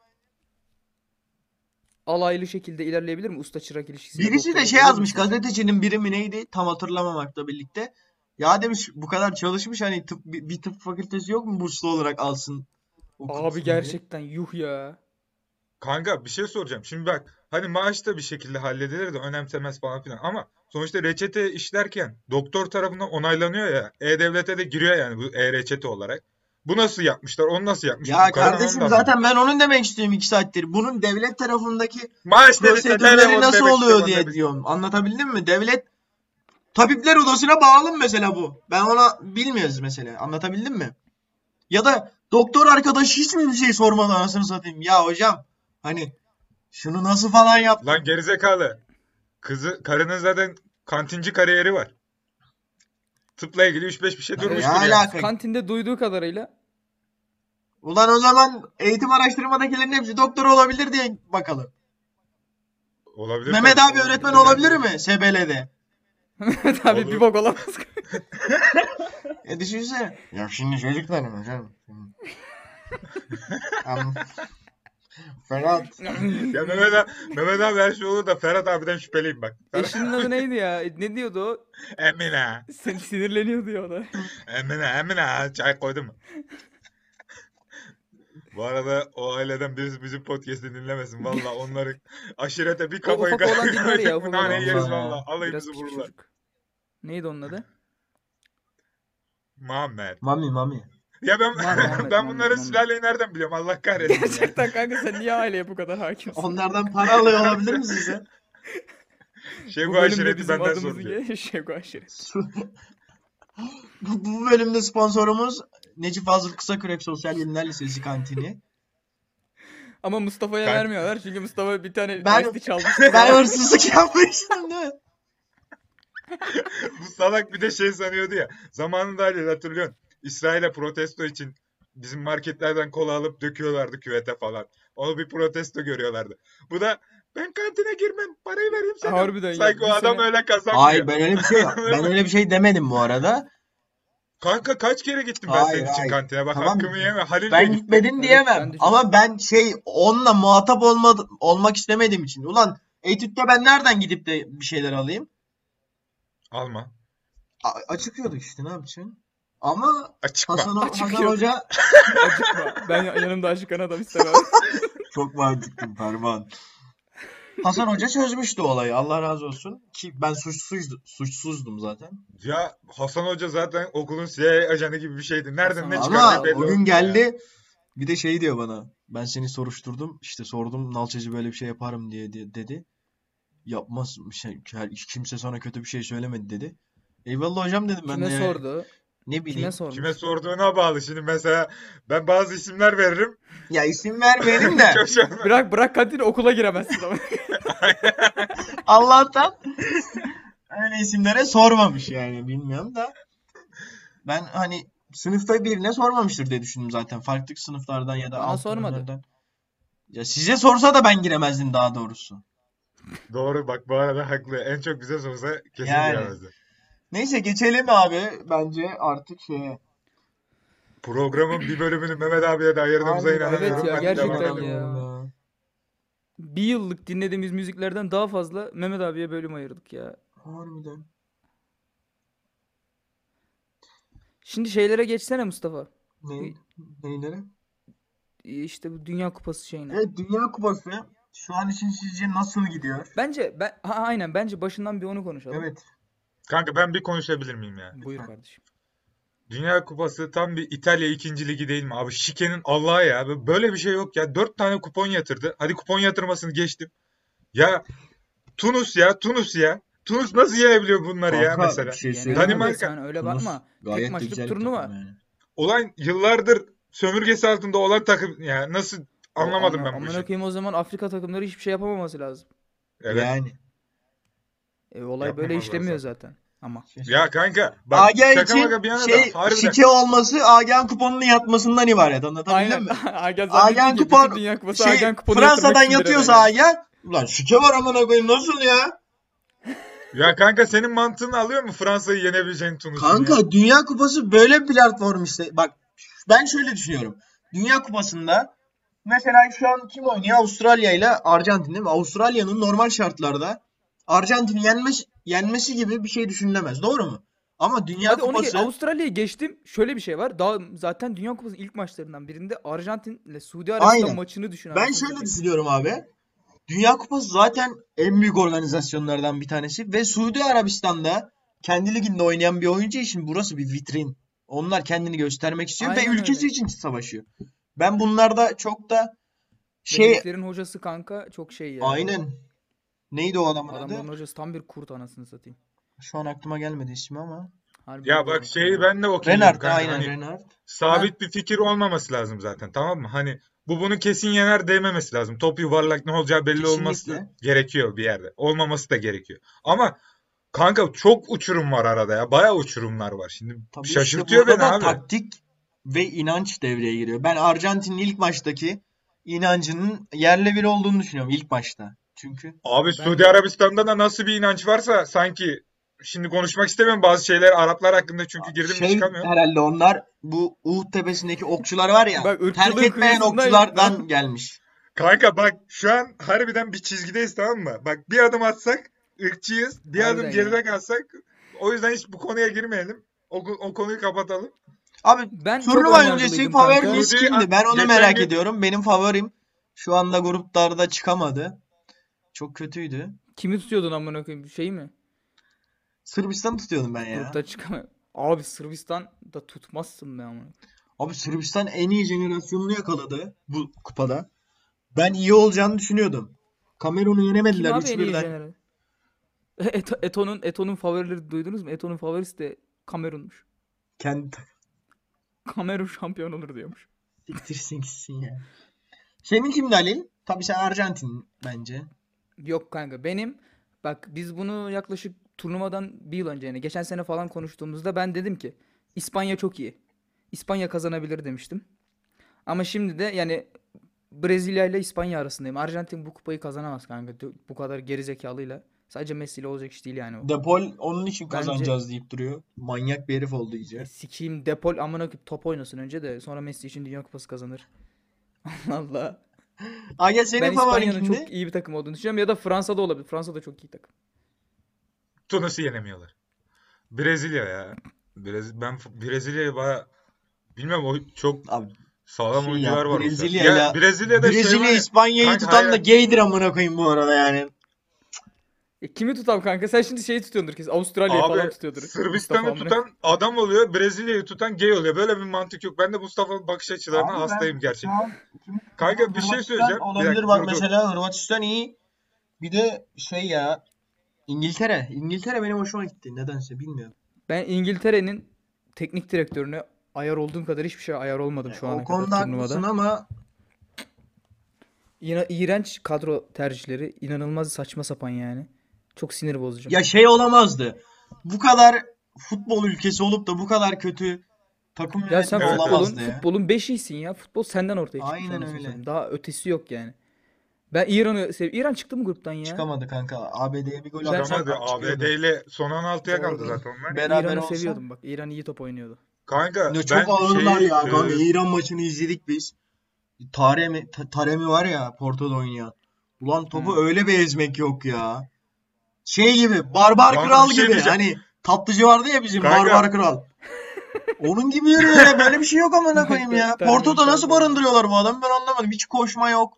Alaylı şekilde ilerleyebilir mi usta çırak ilişkisiyle birisi de doktorluk şey olur mu yazmış sizce? gazetecinin biri mi neydi tam hatırlamamakla birlikte. Ya demiş bu kadar çalışmış hani tıp, bir, bir tıp fakültesi yok mu burslu olarak alsın okutsun Abi diye. gerçekten yuh ya. Kanka bir şey soracağım. Şimdi bak hani maaş da bir şekilde halledilir de önemsemez falan filan. Ama sonuçta reçete işlerken doktor tarafından onaylanıyor ya. E-Devlet'e de giriyor yani bu e-reçete olarak. Bu nasıl yapmışlar? Onu nasıl yapmışlar? Ya Bu kadar kardeşim anlamadım. zaten ben onun demek istiyorum iki saattir. Bunun devlet tarafındaki Maaş dediyse nereye prosedürleri onu nasıl demek oluyor istiyorum, diye onu demek diyorum. Anlatabildim mi? Devlet tabipler odasına bağlı mı mesela bu? Ben ona bilmiyoruz mesela. Anlatabildim mi? Ya da doktor arkadaş hiç mi bir şey sormadı anasını satayım? Ya hocam hani şunu nasıl falan yaptın? Lan gerizekalı. Kızı, karının zaten kantinci kariyeri var. Tıpla ilgili üç beş bir şey Ya durmuştur ne yani. alaka? Kantinde duyduğu kadarıyla Ulan o zaman eğitim araştırmadakilerin hepsi doktor olabilir diye bakalım. Olabilir Mehmet tabii. abi öğretmen Yani. olabilir mi S B L'de? Mehmet abi Olur. bir bok olamaz. E düşünsene. Ya şimdi çocuklarım hocam. Am- Ferhat. Ya Mehmet abi, Mehmet abi her şey olur da Ferhat abiden şüpheliyim bak. Ferhat- Eşinin adı neydi ya? Ne diyordu o? Emine. Sen sinirleniyordu ya o da. Emine, Emine. Çay koydun mu? Bu arada o aileden birisi bizim podcast'i dinlemesin. Valla onları aşirete bir O kafayı ufak olan dinler ya. Bu Ufak naneyi olan. yeriz Allah ya. valla. Biraz Alayımızı küçük vururlar. çocuk. Neydi onun adı? Muhammed. Mami mami. Ya ben Muhammed, Muhammed, ben Muhammed, bunların Muhammed. sülaleyi nereden biliyorum? Allah kahretsin ya. Gerçekten kanka sen niye aileye bu kadar hakimsin? Onlardan para alıyor olabilir misin sen? Bu Şevko bölümde aşireti bizim benden adımızı soruluyor. ge Şevko aşireti. bu, bu bölümde sponsorumuz Necip Fazıl Kısakürek Sosyal Bilimler Lisesi kantini. Ama Mustafa'ya Ben- vermiyorlar çünkü Mustafa bir tane Ben- ice tea çalmış. Ben hırsızlık yapmıştım değil mi? Bu salak bir de şey sanıyordu ya. Zamanında Ali hatırlıyorsun. İsrail'e protesto için bizim marketlerden kola alıp döküyorlardı küvete falan. Onu bir protesto görüyorlardı. Bu da Ben kantine girmem. Parayı vereyim sana. Harbiden ya, Sanki o bir adam sene- öyle kazanmıyor. Hayır, ben öyle bir şey ben öyle bir şey demedim bu arada. Kanka kaç kere gittim ben Hayır, senin için hayır. kantine. Bak Tamam, hakkımı yeme. Halil'le ben gittim. gitmedim Evet, diyemem. ben de çok- Ama ben şey onunla muhatap olmadı, olmak istemediğim için. Ulan etütte ben nereden gidip de bir şeyler alayım? Alma. A- açıklıyorduk işte, ne yapacaksın? Ama Açıkma. Hasan, Hasan Açıklıyorduk. Hoca Acıkma. Ben yanımda aşıkan adam istemem. çok mantıklı Ferman. Hasan Hoca çözmüştü olayı. Allah razı olsun. Ki ben suçsuzdum, suçsuzdum zaten. Ya Hasan Hoca zaten okulun C I A ajanı gibi bir şeydi. Nereden ne Hasan- çıkardığı Ama belli o gün olmuyor ya. geldi. Bir de şey diyor bana. Ben seni soruşturdum. İşte sordum, Nalçacı böyle bir şey yaparım diye, diye dedi. Yapmaz bir şey. Hiç kimse sana kötü bir şey söylemedi dedi. Eyvallah hocam dedim ben Kime de. yani. sordu? Ne Kime bileyim. sormuş? Kime sorduğuna bağlı. Şimdi mesela ben bazı isimler veririm. Ya isim vermeyelim de. Çok şey olmaz. Bırak bırak kantine, okula giremezsin ama. Allah'tan öyle isimlere sormamış yani, bilmiyorum da. Ben hani sınıfta birine sormamıştır diye düşündüm zaten. Farklı sınıflardan ya da Bana alt sormadı. dönemlerden. Ya size sorsa da ben giremezdim daha doğrusu. Doğru bak bu arada haklı. En çok bize sorsa kesin Yani. giremezdi. Neyse geçelim abi bence artık şeye. Programın bir bölümünü Mehmet abiye de ayırdığımıza Harbiden. inanamıyorum. Evet ya, Hadi gerçekten devam edelim. ya. Bir yıllık dinlediğimiz müziklerden daha fazla Mehmet abiye bölüm ayırdık ya. Harbiden. Şimdi şeylere geçsene Mustafa. Ne, neylere? İşte bu Dünya Kupası şeyine. Evet, Dünya Kupası şu an için sizce nasıl gidiyor? Bence ben ha, aynen bence başından bir onu konuşalım. Evet. Kanka ben bir konuşabilir miyim ya? Buyur Lütfen. kardeşim. Dünya Kupası tam bir İtalya ikinci ligi değil mi abi? Şikenin Allah'ı ya. Böyle bir şey yok ya. Dört tane kupon yatırdı. Hadi kupon yatırmasını geçtim. Ya Tunus ya Tunus ya. Tunus nasıl yenebiliyor bunları ya Kanka, mesela? bir şey Yenemez söyleyeyim mi? Danimarka- sen öyle Tunus bakma. gayet Tek de maçlık güzel bir turnuva. takım yani. Olan yıllardır sömürgesi altında olan takım ya nasıl anlamadım O- ben bu amına işi. koyayım, o zaman Afrika takımları hiçbir şey yapamaması lazım. Evet. Yani. E, olay böyle Yapmamazlar işlemiyor zaten. zaten. Ama Ya kanka bak Agah şaka maka için bir yana şey da harbiden. şike olması Agah'ın kuponunun yatmasından ibaret, anlatabildim aynen. mi? Agen Agen zannetti ki kupon bütün Dünya Kupası şey Agen kuponu Fransa'dan yatırmak içindir yatıyorsa herhalde. Agah, ulan şike var amına koyayım, nasıl ya? Ya kanka senin mantığını alıyor mu Fransa'yı yenebileceğin Tunus'un ya? Kanka Dünya Kupası böyle bir platform işte. Bak ben şöyle düşünüyorum. Dünya Kupası'nda mesela şu an kim oynuyor? Avustralya ile Arjantin değil mi? Avustralya'nın normal şartlarda Arjantin'i yenmesi, yenmesi gibi bir şey düşünülemez. Doğru mu? Ama Dünya Hadi onu ge- Kupası Avustralya'yı geçtim. Şöyle bir şey var. Daha zaten Dünya Kupası ilk maçlarından birinde Arjantin ile Suudi Arabistan Aynen. maçını düşün. ben anasını şöyle satayım. düşünüyorum abi. Dünya Kupası zaten en büyük organizasyonlardan bir tanesi ve Suudi Arabistan'da kendi liginde oynayan bir oyuncu için burası bir vitrin. Onlar kendini göstermek istiyor ve Aynen ülkesi öyle. için savaşıyor. Ben bunlarda çok da Ve şey heriflerin hocası kanka çok şey ya. aynen. Neydi o adamın adı? Adamların hocası tam bir kurt, anasını satayım. Şu an aklıma gelmedi ismi ama. Harbiden Ya doğru. bak şeyi ben de okuyayım Renard, kanka. aynen Hani Renard. sabit bir fikir olmaması lazım zaten, tamam mı? Hani bu bunu kesin yener dememesi lazım. Top yuvarlak, ne olacağı belli olması Kesinlikle. gerekiyor bir yerde. Olmaması da gerekiyor. Ama kanka çok uçurum var arada ya. Bayağı uçurumlar var. Şimdi Tabii şaşırtıyor işte burada beni da abi. taktik ve inanç devreye giriyor. Ben Arjantin'in ilk maçtaki inancının yerle bir olduğunu düşünüyorum ilk maçta. Çünkü Abi Ben Suudi de- Arabistan'da da nasıl bir inanç varsa sanki, şimdi konuşmak istemiyorum bazı şeyler Araplar hakkında çünkü girdim mi şey çıkamıyorum. herhalde onlar bu Uhud tepesindeki okçular var ya, Bak, ırkçılığın terk etmeyen kıyısındayım. okçulardan gelmiş. Kanka bak şu an harbiden bir çizgideyiz, tamam mı? Bak bir adım atsak ırkçıyız. Bir adım Harbiden geride ya. kalsak, o yüzden hiç bu konuya girmeyelim. O, o konuyu kapatalım. Abi Ben çok turnuva önyargılıydım öncesi kanka. favoriniz Suudi- kimdi? Ben onu geçen merak gün- ediyorum. Benim favorim şu anda gruplarda çıkamadı. Çok kötüydü. Kimi tutuyordun amına koyayım? Şey mi? Sırbistan tutuyordum ben ya. Grupta çıkamıyor. Abi Sırbistan da tutmazsın be amına. Abi Sırbistan en iyi jenerasyonunu yakaladı bu kupada. Ben iyi olacağını düşünüyordum. Kamerun'u Kim yenemediler abi en iyi üç birden. jeneral? Eto, Eto'nun Eto'nun favorileri duydunuz mu? Eto'nun favorisi de Kamerun'muş. Kendi tak- Kamerun şampiyon olur diyormuş. siktirsin gitsin ya. Senin kimdi Halil? Tabii sen Arjantin bence. Yok kanka, benim bak biz bunu yaklaşık turnuvadan bir yıl önce, yani geçen sene falan konuştuğumuzda ben dedim ki İspanya çok iyi. İspanya kazanabilir demiştim. Ama şimdi de yani Brezilya ile İspanya arasındayım. Arjantin bu kupayı kazanamaz kanka. Dö- Bu kadar gerizekalıyla. Sadece Messi ile olacak iş değil yani o. Depol onun için Bence kazanacağız deyip duruyor. Manyak bir herif oldu e, iyice. sikeyim Depol amına koyayım top oynasın önce de sonra Messi için Dünya Kupası kazanır. Allah Allah. Aga Ben senin favorin İspanya'nın çok kimdi? iyi bir takım olduğunu düşünüyorum ya da Fransa'da olabilir. Fransa da çok iyi takım. Tunus'u yenemiyorlar. Brezilya ya. Brez ben f- Brezilya'yı baya bilmem o çok Abi sağlam şey oyuncular ya var bu sefer. Brezilya Ya ile Brezilya'da şey Brezilya var ya İspanya'yı kanka tutan da hayır. gaydir amına koyayım bu arada yani. E, kimi tutam kanka? Sen şimdi şeyi tutuyordur kesin. Avustralya'yı Abi falan tutuyordur. Mustafa Sırbistan'ı amına. tutan adam oluyor, Brezilya'yı tutan gay oluyor. Böyle bir mantık yok. Ben de Mustafa'nın bakış açılarına Abi ben hastayım şu gerçekten. an kimi tutuyorum? Kanka bir şey Hırvatistan söyleyeceğim. Bir olabilir dakika bak dur dur. mesela Hırvatistan iyi. Bir de şey ya İngiltere. İngiltere benim hoşuma gitti nedense bilmiyorum. Ben İngiltere'nin teknik direktörüne ayar olduğum kadar hiçbir şey ayar olmadım E, şu o ana kadar konuda haklısın turnuvada. ama Yine iğrenç kadro tercihleri, inanılmaz saçma sapan yani. Çok sinir bozucu. ya şey olamazdı. Bu kadar futbol ülkesi olup da bu kadar kötü takım Ya sen yönetimi Evet evet. futbolun olamazdı ya. futbolun beşisin ya. Futbol senden ortaya çıkmış Aynen anasını öyle. satayım. Daha ötesi yok yani. Ben İran'ı sev İran çıktı mı gruptan ya? Çıkamadı kanka. A B D'ye bir gol Ben atsa Çıkamadı. çıkıyordu. A B D ile son on altıya kaldı Doğru. zaten onlar. Beraber İran'ı olsa. seviyordum bak. İran iyi top oynuyordu. Kanka Ne çok ben ağırlar şeyi ya kanka. e, İran maçını izledik biz. Taremi, Ta- Taremi var ya Porto'da oynayan. Ulan topu Hı. öyle bir ezmek yok ya. Şey gibi Barbar kanka Kral bir şey gibi. diyeceğim. Hani tatlıcı vardı ya bizim Kanka Barbar Kral. Onun gibi yürüyor ya. Böyle bir şey yok amına koyayım ya. Taremi'nin Porto'da nasıl tarzı öyle. barındırıyorlar bu adamı ben anlamadım. Hiç koşma yok.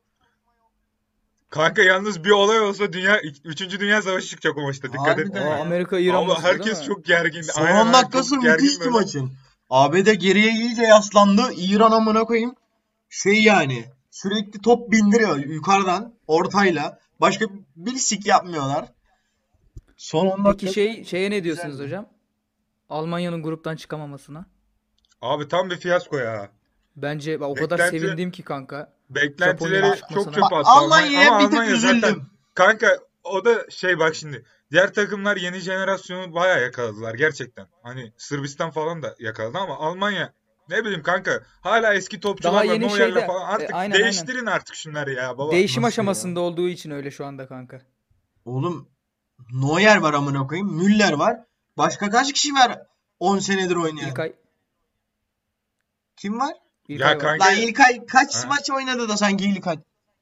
kanka yalnız bir olay olsa dünya üçüncü Dünya Savaşı çıkacak o maçta. Dikkat Harbiden ettin Aa, mi? ya. Amerika-İran Abi maçı değil herkes mi? çok gergindi. Son Aynen on aynen dakikası çok gergin müthişti böyle. maçın. A B D geriye iyice yaslandı. İran amına koyayım. Şey yani sürekli top bindiriyor yukarıdan ortayla. Başka bir sik yapmıyorlar. Son on Peki dakika şey şeye ne diyorsunuz güzeldi. hocam? Almanya'nın gruptan çıkamamasına. Abi tam bir fiyasko ya. Bence bak, o kadar Beklenti sevindim ki kanka. Japonya'nın beklentileri çok çıkmasına. çöpe Bak attı Almanya. Ama Almanya'ya bir tık Almanya zaten üzüldüm. kanka o da şey bak şimdi. Diğer takımlar yeni jenerasyonu bayağı yakaladılar gerçekten. Hani Sırbistan falan da yakaladı ama Almanya ne bileyim kanka hala eski Daha topçularla yeni Neuer'le şeyde falan e, artık aynen aynen. değiştirin artık şunları ya baba. Değişim Nasıl ya? aşamasında olduğu için öyle şu anda kanka. Oğlum Neuer var amına koyayım. Müller var. Başka kaç kişi var on senedir oynayan? İlkay Kim var? Ya İlkay var. kanka Lan İlkay kaç ha. maç oynadı da sanki İlkay?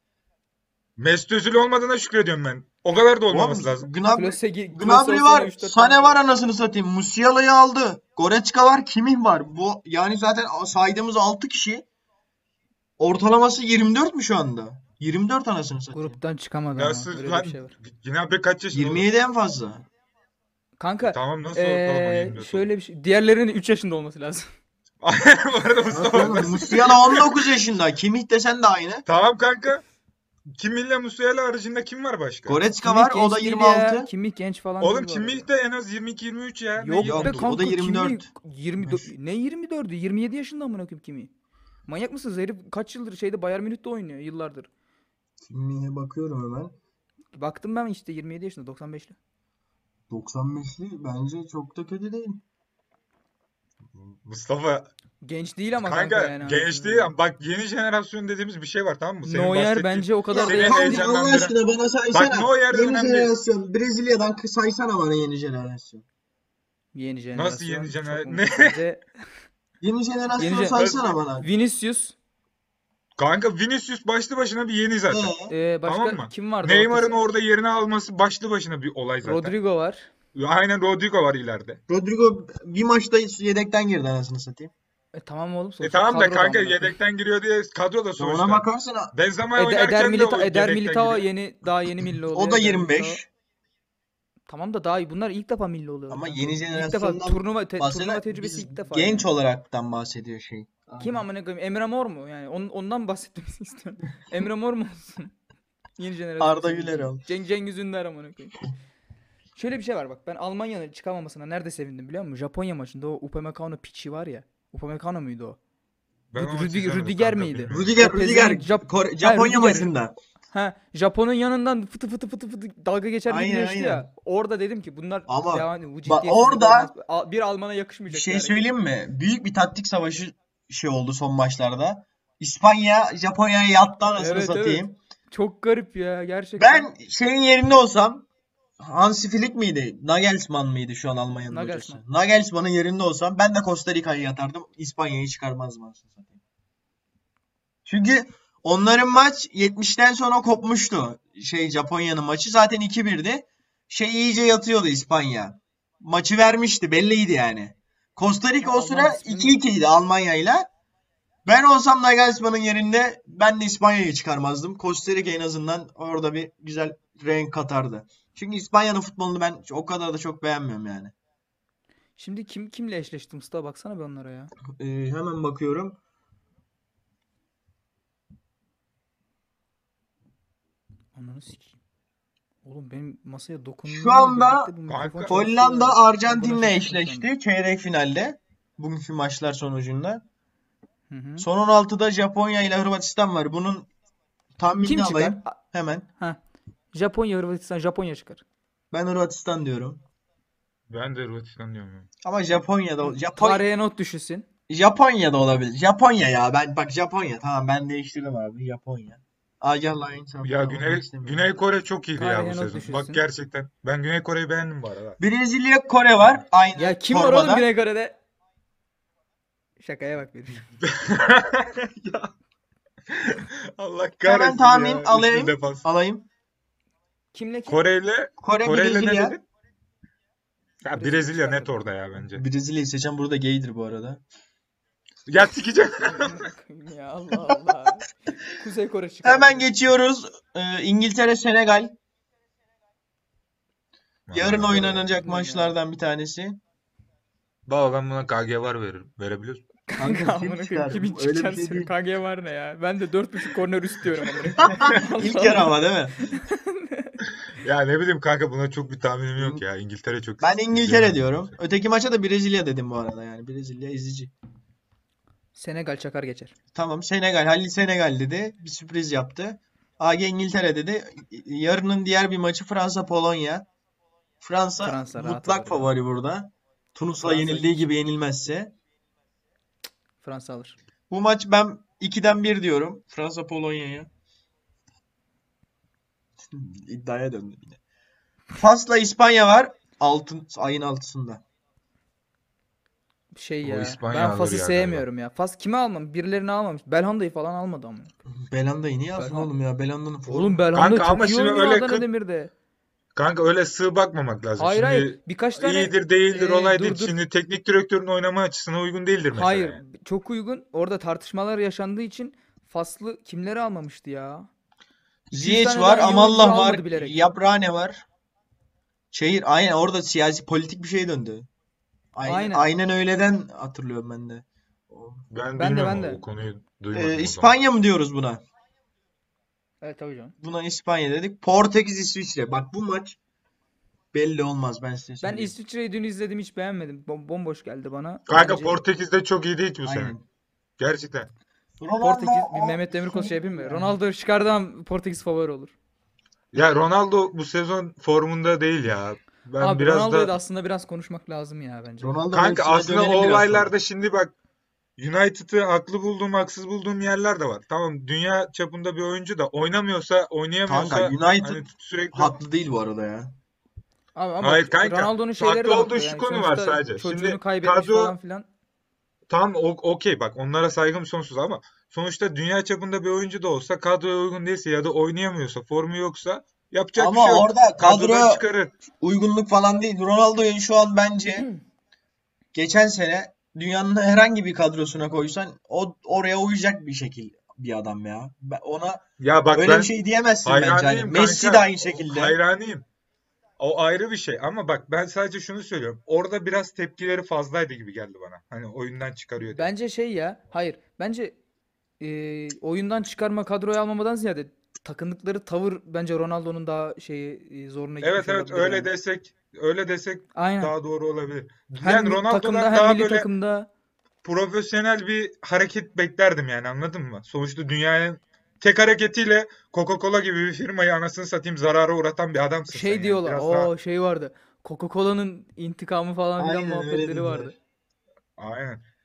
Mesut Özil olmadığına şükrediyorum ben. O kadar da Oğlum olmaması lazım. Gnabry, Klose, Klose Gnabry olsa var. yine üç dört Sane tane var atar. anasını satayım. Musiala'yı aldı. Goretzka var. Kimih var. Bu yani zaten saydığımız altı kişi ortalaması yirmi dört mü şu anda? yirmi dört anasını satayım. Gruptan çıkamadı ama. Nasıl Öyle de lan bir şey var. Gnabry kaç yaşında oğlum? yirmi yedi en fazla. Kanka Tamam nasıl ortalama eee yirmi dört oğlum? şöyle bir şey. Diğerlerinin üç yaşında olması lazım. Bu arada Nasıl Mustafa oğlum? nasıl? Musiala on dokuz yaşında. Kimih desen de aynı. Tamam kanka. Kimmih'le Musiala haricinde kim var başka? Goretzka Kimmih var. O da genç değil yirmi ya. altı. Kimmih genç falan Oğlum değil bu arada. Kimmih de en az yirmi iki yirmi üç ya. Ne Yok yirmi be Yok o da kanka yirmi Kimmih dört. yirmi dört ne yirmi dördü yirmi yedi yaşında amına koyayım Kimmih. Manyak mısınız herif kaç yıldır şeyde Bayern Münih'te oynuyor yıllardır. Kimih'e bakıyorum hemen. Baktım ben işte yirmi yedi yaşında doksan beşli. doksan beşli bence çok da kötü değil. Mustafa Genç değil ama kanka kanka yani genç anasını değil satayım. ama bak yeni jenerasyon dediğimiz bir şey var tamam mı? Senin Neuer bahsettiğin bence o kadar Ya da seni yaşlı kanka değil. Allah heyecanlandıran. aşkına bana Bak saysana. Neuer'den Yeni önemli. jenerasyon. Brezilya'dan saysana bana yeni jenerasyon. Yeni Nasıl yeni jenerasyon çok jenerasyon? mu Ne? sence? Yeni Yeni jenerasyonu je- saysana Nasıl? bana. Vinicius, Kanka Vinicius başlı başına bir yeni zaten. Ee, e, başka Tamam mı? kim vardı orta Neymar'ın saha? orada yerini alması başlı başına bir olay zaten. Rodrigo var. Aynen Rodrigo var ileride. Rodrigo bir maçta yedekten girdi anasını satayım. E tamam oğlum E sonuçta tamam da kadroda kanka amına koyayım. yedekten giriyor diye kadroda Ya ona sonuçta. bakarsın ha- Benzema Eder, Eder, oynarken de Milita, o Eder yedekten Militao giriyor. yeni daha yeni milli oluyor. o da Eder yirmi Militao. beş. Tamam da daha iyi. Bunlar ilk defa milli oluyorlar Ama kanka. yeni İlk defa jenerasyondan turnuva te- turnuva bahseden tecrübesi biz ilk defa genç yani. olaraktan bahsediyor şey. Kim Aynen. amına koyayım? Emre Mor mu? Yani on, ondan bahsetmemizi istiyorum. Emre Mor mu olsun? Yeni jenerasyon Arda senin Güler için. ol. Cenk Cengiz Ünder amına koyayım. Şöyle bir şey var bak. Ben Almanya'nın çıkamamasına nerede sevindim biliyor musun? Japonya maçında o Upamecano piçi var ya. Upamecano muydu o? Ben o maçı Rüdi- izlemedim Rüdiger kanka, miydi? bilmiyorum. Rüdiger, O Rüdiger pezevenk Jap- Kore- Ha, Japonya Rüdiger. maçında. Ha, Japon'un yanından fıtı fıtı fıtı fıtı dalga geçer gibi Aynen, geçti aynen. ya. Orada dedim ki bunlar Ama devam bu bak ciddiyetsizlik orada olmaz. A- Bir Alman'a bir yakışmayacak bir şey hareket. söyleyeyim mi? Büyük bir taktik savaşı şey oldu son maçlarda. İspanya Japonya'ya yattı anasını Evet, evet. satayım. Çok garip ya gerçekten. Ben şeyin yerinde olsam Hansi Flick miydi? Nagelsmann mıydı şu an Almanya'nın hocası? Nagelsmann. Nagelsmann'ın yerinde olsam ben de Costa Rica'ya yatardım. İspanya'yı çıkarmazdım anasını satayım. Çünkü onların maç yetmişten sonra kopmuştu. Şey Japonya'nın maçı zaten iki birdi. Şey iyice yatıyordu İspanya. Maçı vermişti belliydi yani. Costa Rica o Alman sıra disiplini- iki ikiydi Almanya'yla. Ben olsam Nagelsmann'ın yerinde ben de İspanya'yı çıkarmazdım. Costa Rica en azından orada bir güzel renk katardı. Çünkü İspanya'nın futbolunu ben o kadar da çok beğenmiyorum yani. Şimdi kim kimle eşleşti Mustafa, baksana bir onlara ya. Ee, hemen bakıyorum. Ananı sikeyim. Oğlum benim masaya Şu dokunduğumla anda birlikte bu mikrofon Kanka, çalışıyor Hollanda ya. Arjantin'le Buna şaşırdım eşleşti çeyrek finalde. Bugünkü maçlar sonucunda. şu anda. Hı hı. Son on altıda Japonya ile Hırvatistan var. Bunun tahminini Kim çıkar? alayım A- hemen. Ha. Japonya, Hırvatistan, Japonya çıkar. Ben Hırvatistan diyorum. Ben de Hırvatistan diyorum. ya. Ama Japonya'da Japonya Tarihe not düşülsün. Japonya'da olabilir. Japonya ya. Ben bak Japonya. Tamam ben değiştirdim abi. Japonya. Agella Lions Ya Güney Güney Kore çok iyiydi ya Tarihe bu not sezon. düşülsün. Bak gerçekten. Ben Güney Kore'yi beğendim bu arada. Brezilya, Kore var. Aynı Ya kim var oğlum torbada. Güney Kore'de? Şakaya bak benim. Ya. Allah kahretsin Hemen tahmin ya. Üçlü alayım. defans. Alayım. Kimle kim? Kore'yle Kore, Kore'yle ne Brezilya. dedin? Ya Brezilya Brezilya çıkardı. net orada ya bence. Brezilya'yı seçen burada gaydir bu arada. Ya sikeceğim. Ya Allah Allah. Kuzey Kore çıkar. Hemen geçiyoruz. Ee, İngiltere, Senegal. Yarın Vallahi oynanacak Bilmem ya. maçlardan bir tanesi. Baba ben buna K G var veririm. Verebiliyor musun? Kanka kim Amına koyayım, çıkar? kimin Öyle bir çıkacağını şey söyle. değil. K G var ne ya? Ben de dört buçuk korner üst diyorum amına koyayım. İlk Allah yarı Allah. ama değil mi? Ya ne bileyim kanka buna çok bir tahminim yok ya. İngiltere çok Ben İngiltere izleyemedim diyorum. maçı. Öteki maça da Brezilya dedim bu arada yani. Brezilya ezici. Senegal çakar geçer. Tamam Senegal. Halil Senegal dedi. Bir sürpriz yaptı. A G İngiltere dedi. Yarının diğer bir maçı Fransa Polonya. Fransa, Fransa rahat mutlak alır ya. favori burada. Tunus'a Fransa yenildiği iki. gibi yenilmezse. Fransa alır. Bu maç ben ikiden bir diyorum. Fransa Polonya'ya. İddiaya döndü yine. Fas'la İspanya var. Altın, ayın altısında. Şey O ya. İspanya Ben alır Fas'ı ya sevmiyorum ya. Fas kimi almamış? Birilerini almamış. Belhanda'yı falan almadı ama. Belanda'yı niye alsın Belhanda- oğlum ya? Belanda'nın formu. Oğlum Belhanda Kanka çok ama iyi şimdi oynuyor öyle Adana kı- Demir'de. Kanka öyle sığ bakmamak lazım. Hayır Şimdi hayır. Birkaç tane iyidir değildir Ee, olay dur, değil. dur. Şimdi teknik direktörün oynama açısına uygun değildir mesela. Hayır. yani. Çok uygun. Orada tartışmalar yaşandığı için Faslı kimleri almamıştı ya? iki yüz Ziyech tane var, daha iyi Amallah oyuncu var, almadı bilerek. Yaprane var. Şehir aynen orada siyasi politik bir şey döndü. Aynen, Aynen. aynen öyleden hatırlıyorum ben de. O- Ben, Ben de, bilmiyorum ben de. o konuyu duymadım o Ee, zaman. İspanya mı diyoruz buna? Evet tabii canım. Buna İspanya dedik. Portekiz, İsviçre. Bak bu maç belli olmaz ben size Ben söyleyeyim. İsviçre'yi dün izledim, hiç beğenmedim. Bom- bomboş geldi bana. Kanka Bence Portekiz'de çok iyi değil ki bu sene. Aynen. Gerçekten. Ronaldo Portekiz bir o Mehmet Demirkol şey şey yapayım mı? yani. Ronaldo çıkardığı an Portekiz favori olur. Ya Ronaldo bu sezon formunda değil ya. Ben Abi biraz Ronaldo'ya da da aslında biraz konuşmak lazım ya bence. Ronaldo kanka mevzusuna aslında dönelim o biraz olaylarda sonra. şimdi bak United'ı haklı bulduğum, haksız bulduğum yerler de var. Tamam dünya çapında bir oyuncu da oynamıyorsa, oynayamıyorsa Kanka United hani sürekli haklı değil bu arada ya. Abi ama Hayır bak, kanka. Ronaldo'nun şeyleri Farklı de olduğu haklı şu yani. konu var Sonuçta sadece. çocuğunu Şimdi kaybetmiş kadro falan filan. tam o- okey bak onlara saygım sonsuz ama sonuçta dünya çapında bir oyuncu da olsa kadroya uygun değilse ya da oynayamıyorsa, formu yoksa yapacak bir Ama şey yok. orada Kadrodan kadro çıkarır. uygunluk falan değil. Ronaldo'yu şu an bence geçen sene dünyanın herhangi bir kadrosuna koysan o oraya uyacak bir şekil bir adam ya. Ben ona Ya bak öyle ben bir şey diyemezsin bence. Hani hayranıyım Messi kanka. de aynı şekilde. Hayranıyım. O ayrı bir şey ama bak ben sadece şunu söylüyorum. Orada biraz tepkileri fazlaydı gibi geldi bana. Hani oyundan çıkarıyor diye. Bence şey ya. Hayır. Bence e, oyundan çıkarma, kadroya almamadan ziyade takındıkları tavır bence Ronaldo'nun daha şeyi e, zoruna gitmiş Evet evet olabilir öyle yani. desek öyle desek Aynen. daha doğru olabilir. Hem Yani mi- Ronaldo'dan takımda hem daha milli böyle takımda. profesyonel bir hareket beklerdim yani anladın mı? Sonuçta dünyanın tek hareketiyle Coca-Cola gibi bir firmayı anasını satayım zarara uğratan bir adamsın sen Şey yani. diyorlar. Biraz daha O şey vardı. Coca-Cola'nın intikamı falan filan Aynen öyle muhabbetleri dediler. vardı. aynen.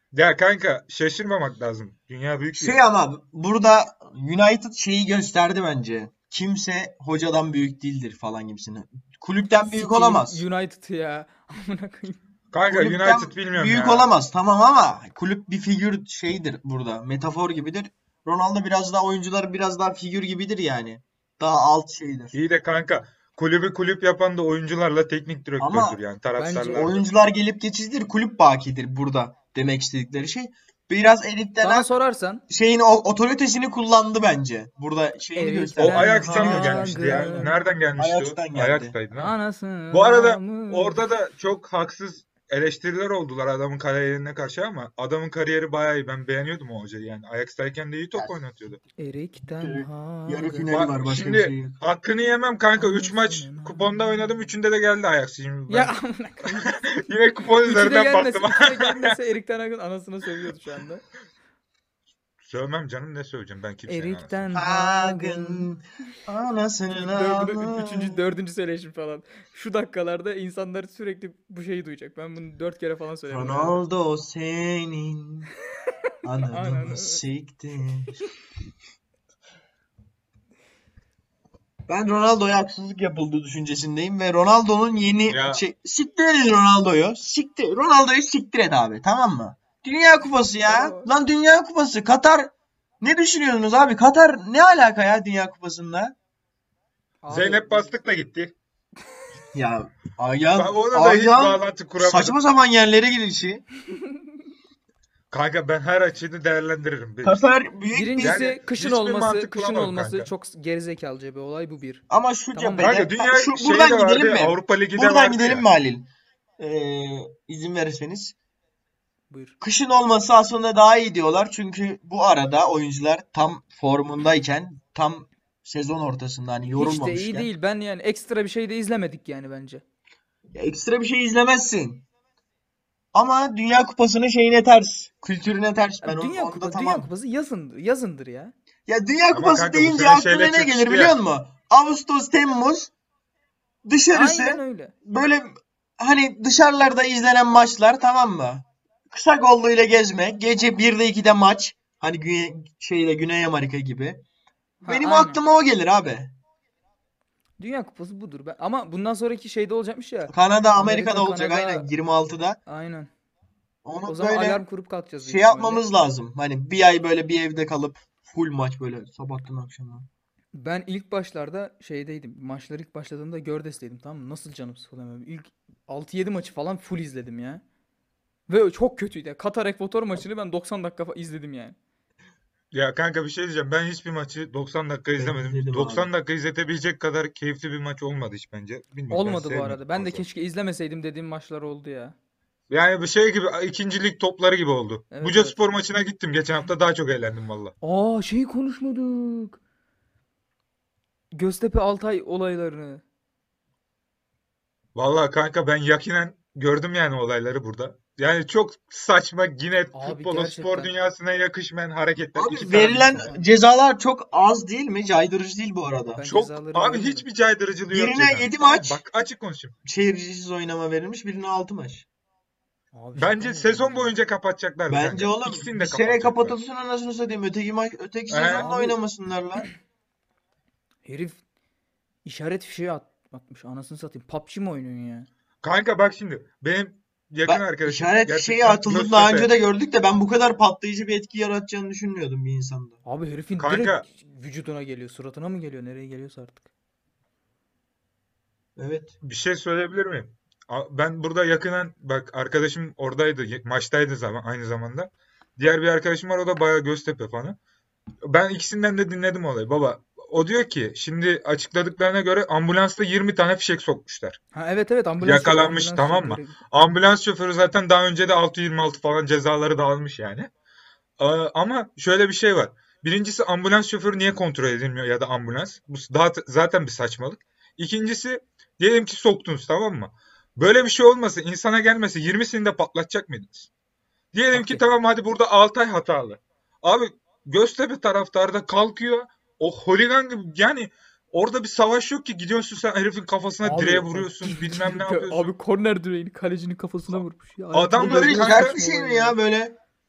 Ya kanka şaşırmamak lazım. Dünya büyük bir Şey yer. ama burada United şeyi gösterdi bence. Kimse hocadan büyük değildir falan gibisini. Kulüpten büyük Sikeyim olamaz. United ya. Amına koyayım. Kanka Kulüpten United bilmiyorum büyük ya. olamaz tamam ama kulüp bir figür şeydir burada. Metafor gibidir. Ronaldo biraz daha oyuncular biraz daha figür gibidir yani. Daha alt şeydir. İyi de kanka kulübü kulüp yapan da oyuncularla teknik direktördür Ama yani Bence taraftarlardır. oyuncular gelip geçicidir. Kulüp bakidir burada demek istedikleri şey. Biraz Erik Ten bana Hag sorarsan şeyin o otoritesini kullandı bence. Burada şeyini Erik gösterdi. O Ajax'tan mı Ten gelmişti ya? Hag'ın Nereden gelmişti o? Ajax'tan geldi. Ajax'taydı değil mi? anasını Bu arada namı. orada da çok haksız eleştiriler oldular adamın kariyerine karşı ama adamın kariyeri bayağı iyi. Ben beğeniyordum o hocayı yani. Ajax'tayken de iyi top oynatıyordu. Erik Ten Yarı Hag'ın finali var Ba- başka bir şey Şimdi yok. hakkını yemem kanka. üç maç anasını kuponda oynadım. namı. Üçünde de geldi Ajax. Şimdi Ya ben amına koyayım. yine kupon Üçü de üzerinden gelmese, baktım. üçü de gelmese Erik Ten Hag'ın anasını sövüyordu şu anda. Sövmem canım ne söyleyeceğim ben kimsenin Erik anasını. Ten Hag'ın Hag'ın anasını dördüncü, üçüncü, namı. dördüncü söyleşim falan. Şu dakikalarda insanlar sürekli bu şeyi duyacak. Ben bunu dört kere falan söyledim herhalde. Ronaldo senin ananı Ananı. siktir. Ben Ronaldo'ya haksızlık yapıldığı düşüncesindeyim ve Ronaldo'nun yeni Ya şey, siktir edin Ronaldo'yu. Siktir. Ronaldo'yu siktir et abi tamam mı? Dünya Kupası ya. Aa, Lan Dünya Kupası. Katar ne düşünüyorsunuz abi? Katar ne alaka ya Dünya Kupası'nda? abi Zeynep Bastık da gitti. Ya ayağın Bak ona da hiç ayağın bağlantı kuramadım. saçma sapan yerlere girişi. Kanka ben her açıyı değerlendiririm. Bir- Katar büyük bir birincisi Yani kışın hiçbir olması, mantık kışın bulamadım olması kanka. çok gerizekalıca bir olay bu bir. ama şu Tamam mı? cephede Kanka Ha, dünya şu şeyi buradan de gidelim vardı, mi? Avrupa Ligi de Buradan vardı gidelim ya. mi Halil? Ee, izin verirseniz. Buyur. Kışın olması aslında daha iyi diyorlar. Çünkü bu arada oyuncular tam formundayken, tam sezon ortasında hani Hiç de iyi yorulmamışken değil. Ben yani ekstra bir şey de izlemedik yani bence. ya ekstra bir şey izlemezsin. Ama Dünya Kupası'nın şeyine ters, kültürüne ters. Ben Abi on- Dünya onda Kupası, Dünya tamam. Kupası yazındır, yazındır ya. Ya Dünya Ama Kupası kanka bu deyince sene şeyle aklına ne gelir çöküştü biliyor ya. musun? Ağustos, Temmuz Aynen dışarısı öyle. böyle hani dışarılarda izlenen maçlar tamam mı? Kısa golluyla gezme. Gece birde ikide maç. Hani güne, şeyle Güney Amerika gibi. Ha Benim aynen. aklıma o gelir abi. Dünya Kupası budur. Ben, ama bundan sonraki şeyde olacakmış ya. Kanada, Amerika, Amerika'da olacak aynen Kanada. yirmi altıda. Aynen. O Onu zaman böyle alarm kurup kalkacağız büyük şey ihtimalle. yapmamız lazım. Hani bir ay böyle bir evde kalıp full maç böyle sabahtan akşama. Ben ilk başlarda şeydeydim. Maçlar ilk başladığında Gördes'teydim tamam mı? Nasıl canım sıkılamıyor. İlk altı yedi maçı falan full izledim ya. Ve çok kötüydü. Katar Ekvator maçını ben doksan dakika fa- izledim yani. Ya kanka bir şey diyeceğim. Ben hiçbir maçı doksan dakika Ben izlemedim. izledim abi. doksan dakika izletebilecek kadar keyifli bir maç olmadı hiç bence. Bilmiyorum ben Olmadı bu sevmedim arada. Ben de fazla. keşke izlemeseydim dediğim maçlar oldu ya. Yani bir şey gibi ikinci lig topları gibi oldu. Evet Buca evet. Spor maçına gittim geçen hafta daha çok eğlendim valla. Aa şeyi konuşmadık. Göztepe Altay olaylarını. Valla kanka ben yakinen gördüm yani olayları burada. Yani çok saçma yine Abi futbola spor gerçekten. dünyasına yakışmayan hareketler. İki Abi taraf verilen için. cezalar çok az değil mi? Caydırıcı değil bu arada. Ben Çok cezaları abi görmedim. hiçbir caydırıcılığı yok Birine cezanın. yedi Tamam maç bak açık konuşayım. seyircisiz oynama verilmiş, birine altı maç. Abi şaka Bence mı sezon bunlar ya? boyunca kapatacaklardı Bence kanka. oğlum İkisini bir de sene kapatacaklar. kapatılsın anasını satayım. Öteki maç, öteki Ee, sezonda Abi oynamasınlar lan. herif işaret fişeği at, atmış. Anasını satayım. P U B G mi oynuyorsun ya? kanka bak şimdi benim yakın Ben arkadaşım işaret fişeği gerçekten atıldığını daha önce Göztepe. de gördük de ben bu kadar patlayıcı bir etki yaratacağını düşünmüyordum bir insanda. Abi herifin Kanka direkt vücuduna geliyor. Suratına mı geliyor? Nereye geliyorsa artık. Evet. bir şey söyleyebilir miyim? A- Ben burada yakından bak arkadaşım oradaydı ye- maçtaydı zaman aynı zamanda. Diğer bir arkadaşım var o da bayağı Göztepe fanı. Ben ikisinden de dinledim olayı. Baba o diyor ki şimdi açıkladıklarına göre ambulansta yirmi tane fişek sokmuşlar. Ha evet evet ambulans şoförü Yakalanmış ambulans tamam mı? şoförü. Ambulans şoförü zaten daha önce de altı yirmi altı falan cezaları dağılmış yani. Aa, ama şöyle bir şey var. Birincisi ambulans şoförü niye kontrol edilmiyor ya da ambulans? Bu daha zaten bir saçmalık. İkincisi diyelim ki soktunuz tamam mı? Böyle bir şey olmasa insana gelmese yirmisini de patlatacak mıydınız? Diyelim ki Okey. tamam hadi burada Altay hatalı. Abi Göztepe taraftarı da kalkıyor. O holigan gibi yani orada bir savaş yok ki gidiyorsun sen herifin kafasına direğe Abi bak vuruyorsun bilmem ne abi yapıyorsun. korner direğini kalecinin kafasına vurmuş ya. Bu Adamların Hayatımda böyle gördüğüm en kanka sert bir saçma şey olay mi ya ya. böyle?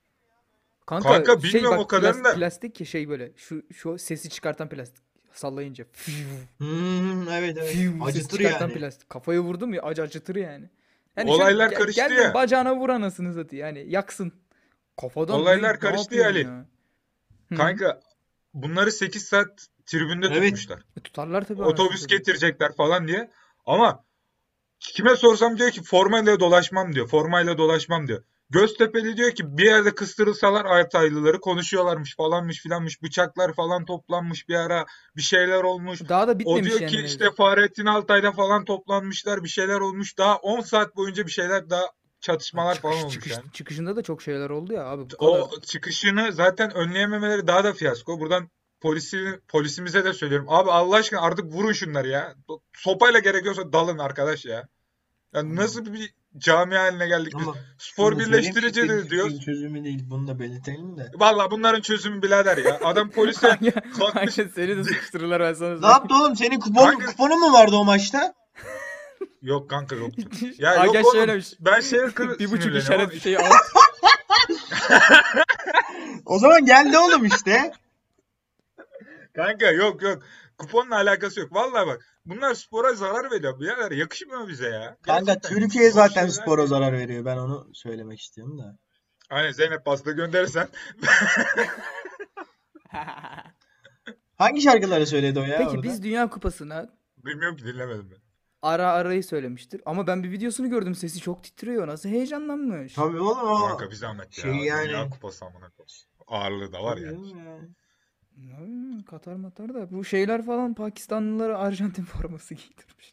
Kanka Kanka şey bilmiyorum o bak kadarını plas- da. plastik ki şey böyle şu şu sesi çıkartan plastik sallayınca fiu, Hmm, evet evet. fiu sesi Acıtır çıkartan yani. plastik. Kafaya vurdum ya acı acıtır yani. Yani şöyle Olaylar gel, karıştı gel de ya. bacağına vur anasını satayım yani yaksın. Kafadan ne Olaylar ne karıştı ya yapıyorsun Ali. ya? Hı hı. Kanka bunları sekiz saat tribünde Evet. tutmuşlar. E, tutarlar tabii anasını Otobüs satayım. getirecekler falan diye. Ama kime sorsam diyor ki formayla dolaşmam diyor. Formayla dolaşmam diyor. Göztepe'li diyor ki bir yerde kıstırılsalar Altaylıları konuşuyorlarmış falanmış filanmış. Bıçaklar falan toplanmış bir ara. Bir şeyler olmuş. Daha da O bitmemiş diyor yani ki işte mevzu. Fahrettin Altay'da falan toplanmışlar. Bir şeyler olmuş. Daha on saat boyunca bir şeyler daha Ay, çatışmalar falan çıkış olmuş çıkış yani. çıkışında da çok şeyler oldu ya abi bu kadar. O çıkışını zaten önleyememeleri daha da fiyasko. Buradan polisi polisimize de söylüyorum. Abi Allah aşkına artık vurun şunları ya. Sopayla gerekiyorsa dalın arkadaş ya. Yani Ama, nasıl bir cami haline geldik biz? ama şunu Spor da söyleyeyim, birleştirici hiçbir de Türkiye'nin diyoruz. çözümü değil. Bunu da belirtelim de. Valla bunların çözümü birader ya. Adam polise Kanka, kalkmış. kanka seni de sıkıştırırlar ben sana Ne söyleyeyim. yaptı oğlum? Senin kupon, Kanka kuponun mu vardı o maçta? yok kanka yoktu. Ya yok Aga oğlum söylemiş. ben şeye kır Bir buçuk sinirleniyorum işaret ama bir şey al. O zaman geldi oğlum işte. kanka yok yok. Kuponla alakası yok. Vallahi bak bunlar spora zarar veriyor. Birader yakışmıyor bize ya. Kanka Gerçekten Türkiye yakışmıyor. Hoş zaten şeyler spora değil. zarar veriyor. Ben onu söylemek istiyorum da. Aynen Zeynep pasta gönderirsen. Hangi şarkıları söyledi o ya Peki orada? biz Dünya Kupası'na Bilmiyorum ki dinlemedim ben. ara arayı söylemiştir. Ama ben bir videosunu gördüm sesi çok titriyor. Nasıl heyecanlanmış. Tabii oğlum o Kanka bir zahmet şey ya. Dünya yani. Kupası amına koyayım. Ağırlığı da var Tabii yani. canım ya. Hmm, Katar matar da bu şeyler falan Pakistanlılara Arjantin forması giydirmiş.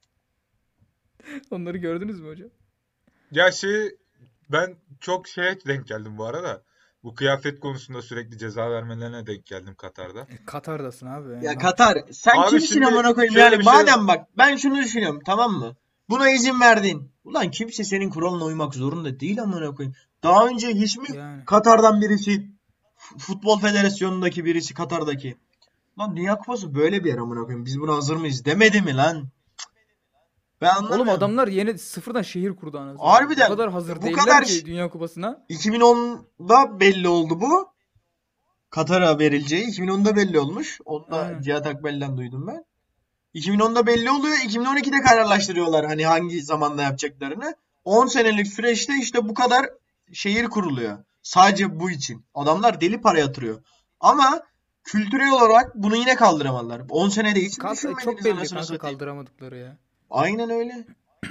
Onları gördünüz mü hocam? Ya şey ben çok şeye denk geldim bu arada. Bu kıyafet konusunda sürekli ceza vermelerine denk geldim Katar'da. E, Katar'dasın abi. Ya Ne yapacaksın? Katar sen Abi kimsin şimdi amına koyayım şöyle yani bir şey var. madem bak ben şunu düşünüyorum tamam mı? Buna izin verdin. Ulan kimse senin kuralına uymak zorunda değil amına koyayım. Daha önce hiç mi Yani. Katar'dan birisi F- Futbol Federasyonu'ndaki birisi Katar'daki lan Dünya Kupası böyle bir yer amına koyayım. Biz buna hazır mıyız demedi mi lan? Ben Oğlum anlamıyorum. adamlar yeni sıfırdan şehir kurdu anasını satayım. Bu Harbiden kadar hazır bu değiller kadar ki ş- Dünya Kupası'na. iki bin onda belli oldu bu. Katar'a verileceği iki bin onda belli olmuş. Onu da Aynen. Cihat Akbel'den duydum ben. iki bin onda belli oluyor. iki bin on ikide kararlaştırıyorlar hani hangi zamanda yapacaklarını. on senelik süreçte işte bu kadar şehir kuruluyor. Sadece bu için. Adamlar deli para yatırıyor. Ama kültürel olarak bunu yine kaldıramadılar. on senede hiç mi Kal- e, çok düşünmediniz belli anasını kanka satayım? kaldıramadıkları ya. Aynen öyle.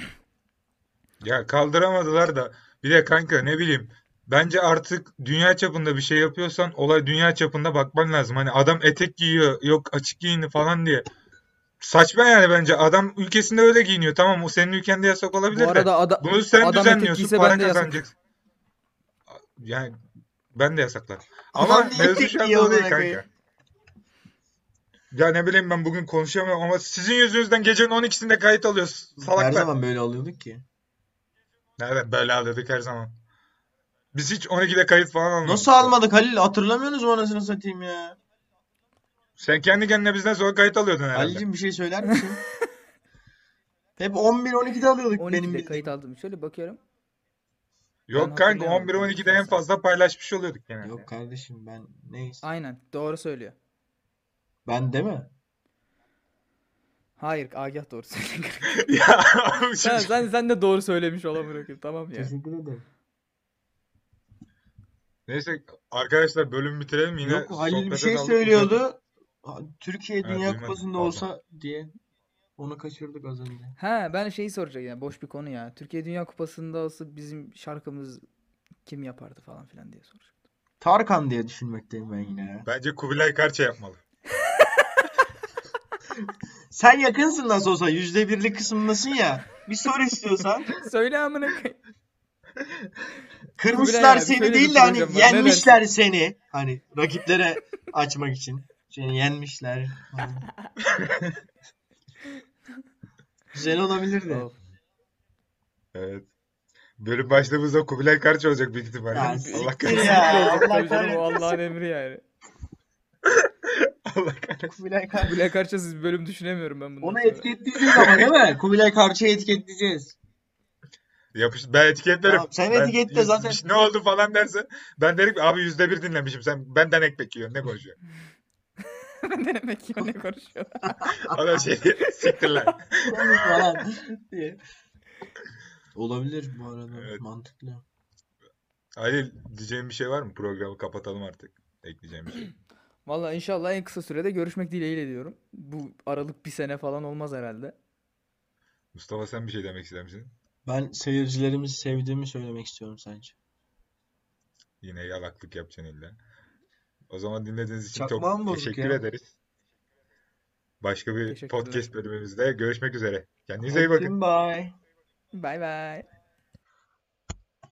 Ya kaldıramadılar da bir de kanka ne bileyim bence artık dünya çapında bir şey yapıyorsan olay dünya çapında bakman lazım. Hani adam etek giyiyor yok açık giyindi falan diye. Saçma yani bence adam ülkesinde öyle giyiniyor tamam o senin ülkende yasak Bu olabilir de arada ada- bunu sen adam etek düzenliyorsun giyse para ben de yasak. kazanacaksın. Yani ben de yasaklar. Ama Adam niye mevzu tek şu anda giyiyor o değil amına koyayım? kanka. Ya ne bileyim ben bugün konuşamıyorum ama sizin yüzünüzden gecenin on ikisinde kayıt alıyoruz Her salaklar. zaman böyle alıyorduk ki. Evet böyle alıyorduk her zaman. Biz hiç on ikide kayıt falan almadık. Nasıl almadık Halil? Hatırlamıyorsunuz mu anasını satayım ya? Sen kendi kendine bizden sonra kayıt alıyordun herhalde. Halil'cim bir şey söyler misin? Hep on bir on ikide alıyorduk benim on ikide bildiğim. kayıt aldım. Şöyle bakıyorum. Ben Yok kanka hatırlayamadım on bir on ikide kanka en şahsen. fazla paylaşmış oluyorduk genelde. Yok kardeşim ben neyse. Aynen doğru söylüyor. Ben de mi? Hayır Agah doğru söylüyor. Ya sen, şimdi- sen, sen de doğru söylemiş olabilir. Tamam ya. Teşekkür ederim. Neyse arkadaşlar bölüm bitirelim yine Yok Halil bir sohbete şey daldık, söylüyordu. Ha, Türkiye Ha, Dünya duymadım, Kupası'nda pardon. olsa diye. Onu kaçırdık az önce. Ha ben şeyi soracağım yani boş bir konu ya. Türkiye Dünya Kupası'nda olsa bizim şarkımız kim yapardı falan filan diye soracağım. Tarkan diye düşünmekteyim ben yine ya. Bence Kubilay Karça yapmalı. Sen yakınsın nasıl olsa yüzde birlik kısmındasın ya. Bir sor istiyorsan. Söyle amına koyayım. Kırmışlar Kubilay abi, seni şöyle değil bir de hani projem var, ne yenmişler seni. Hani rakiplere açmak için. Seni yenmişler. Hani. Güzel olabilirdi. Of. Evet. Bölüm başlığımızda Kubilay Karça olacak büyük ihtimalle. Ya Allah siktir kahretsin. ya. Kesinlikle olacak Allah tabii canım o kahretsin. Allah'ın emri yani. Allah kahretsin. Kubilay Karşı. Kubilay Karça'sız bir bölüm düşünemiyorum ben bundan Onu sonra. etiketleyeceğiz ama değil mi? Kubilay Karşı'yı etiketleyeceğiz. Yapış, ben etiketlerim. Tamam sen Ben etiketle yüz- zaten. ne oldu falan derse ben derim ki abi yüzde bir dinlemişim. Sen benden ekmek yiyorsun. Ne konuşuyorsun? Ne demek ya, ne konuşuyor? O da şey siktir lan. Konuşma lan diye. Olabilir bu arada. Evet. Mantıklı. Halil diyeceğim bir şey var mı? Programı kapatalım artık. Ekleyeceğim bir şey. Vallahi inşallah en kısa sürede görüşmek dileğiyle diyorum. Bu aralık bir sene falan olmaz herhalde. Mustafa sen bir şey demek ister misin? Ben seyircilerimizi sevdiğimi söylemek istiyorum sadece. Yine yalaklık yapacaksın illa. O zaman dinlediğiniz için Çakmağı mı çok bozduk teşekkür ya? ederiz. Başka bir Teşekkürler. podcast bölümümüzde görüşmek üzere. Kendinize iyi bakın. Öptüm bye. Bay bay.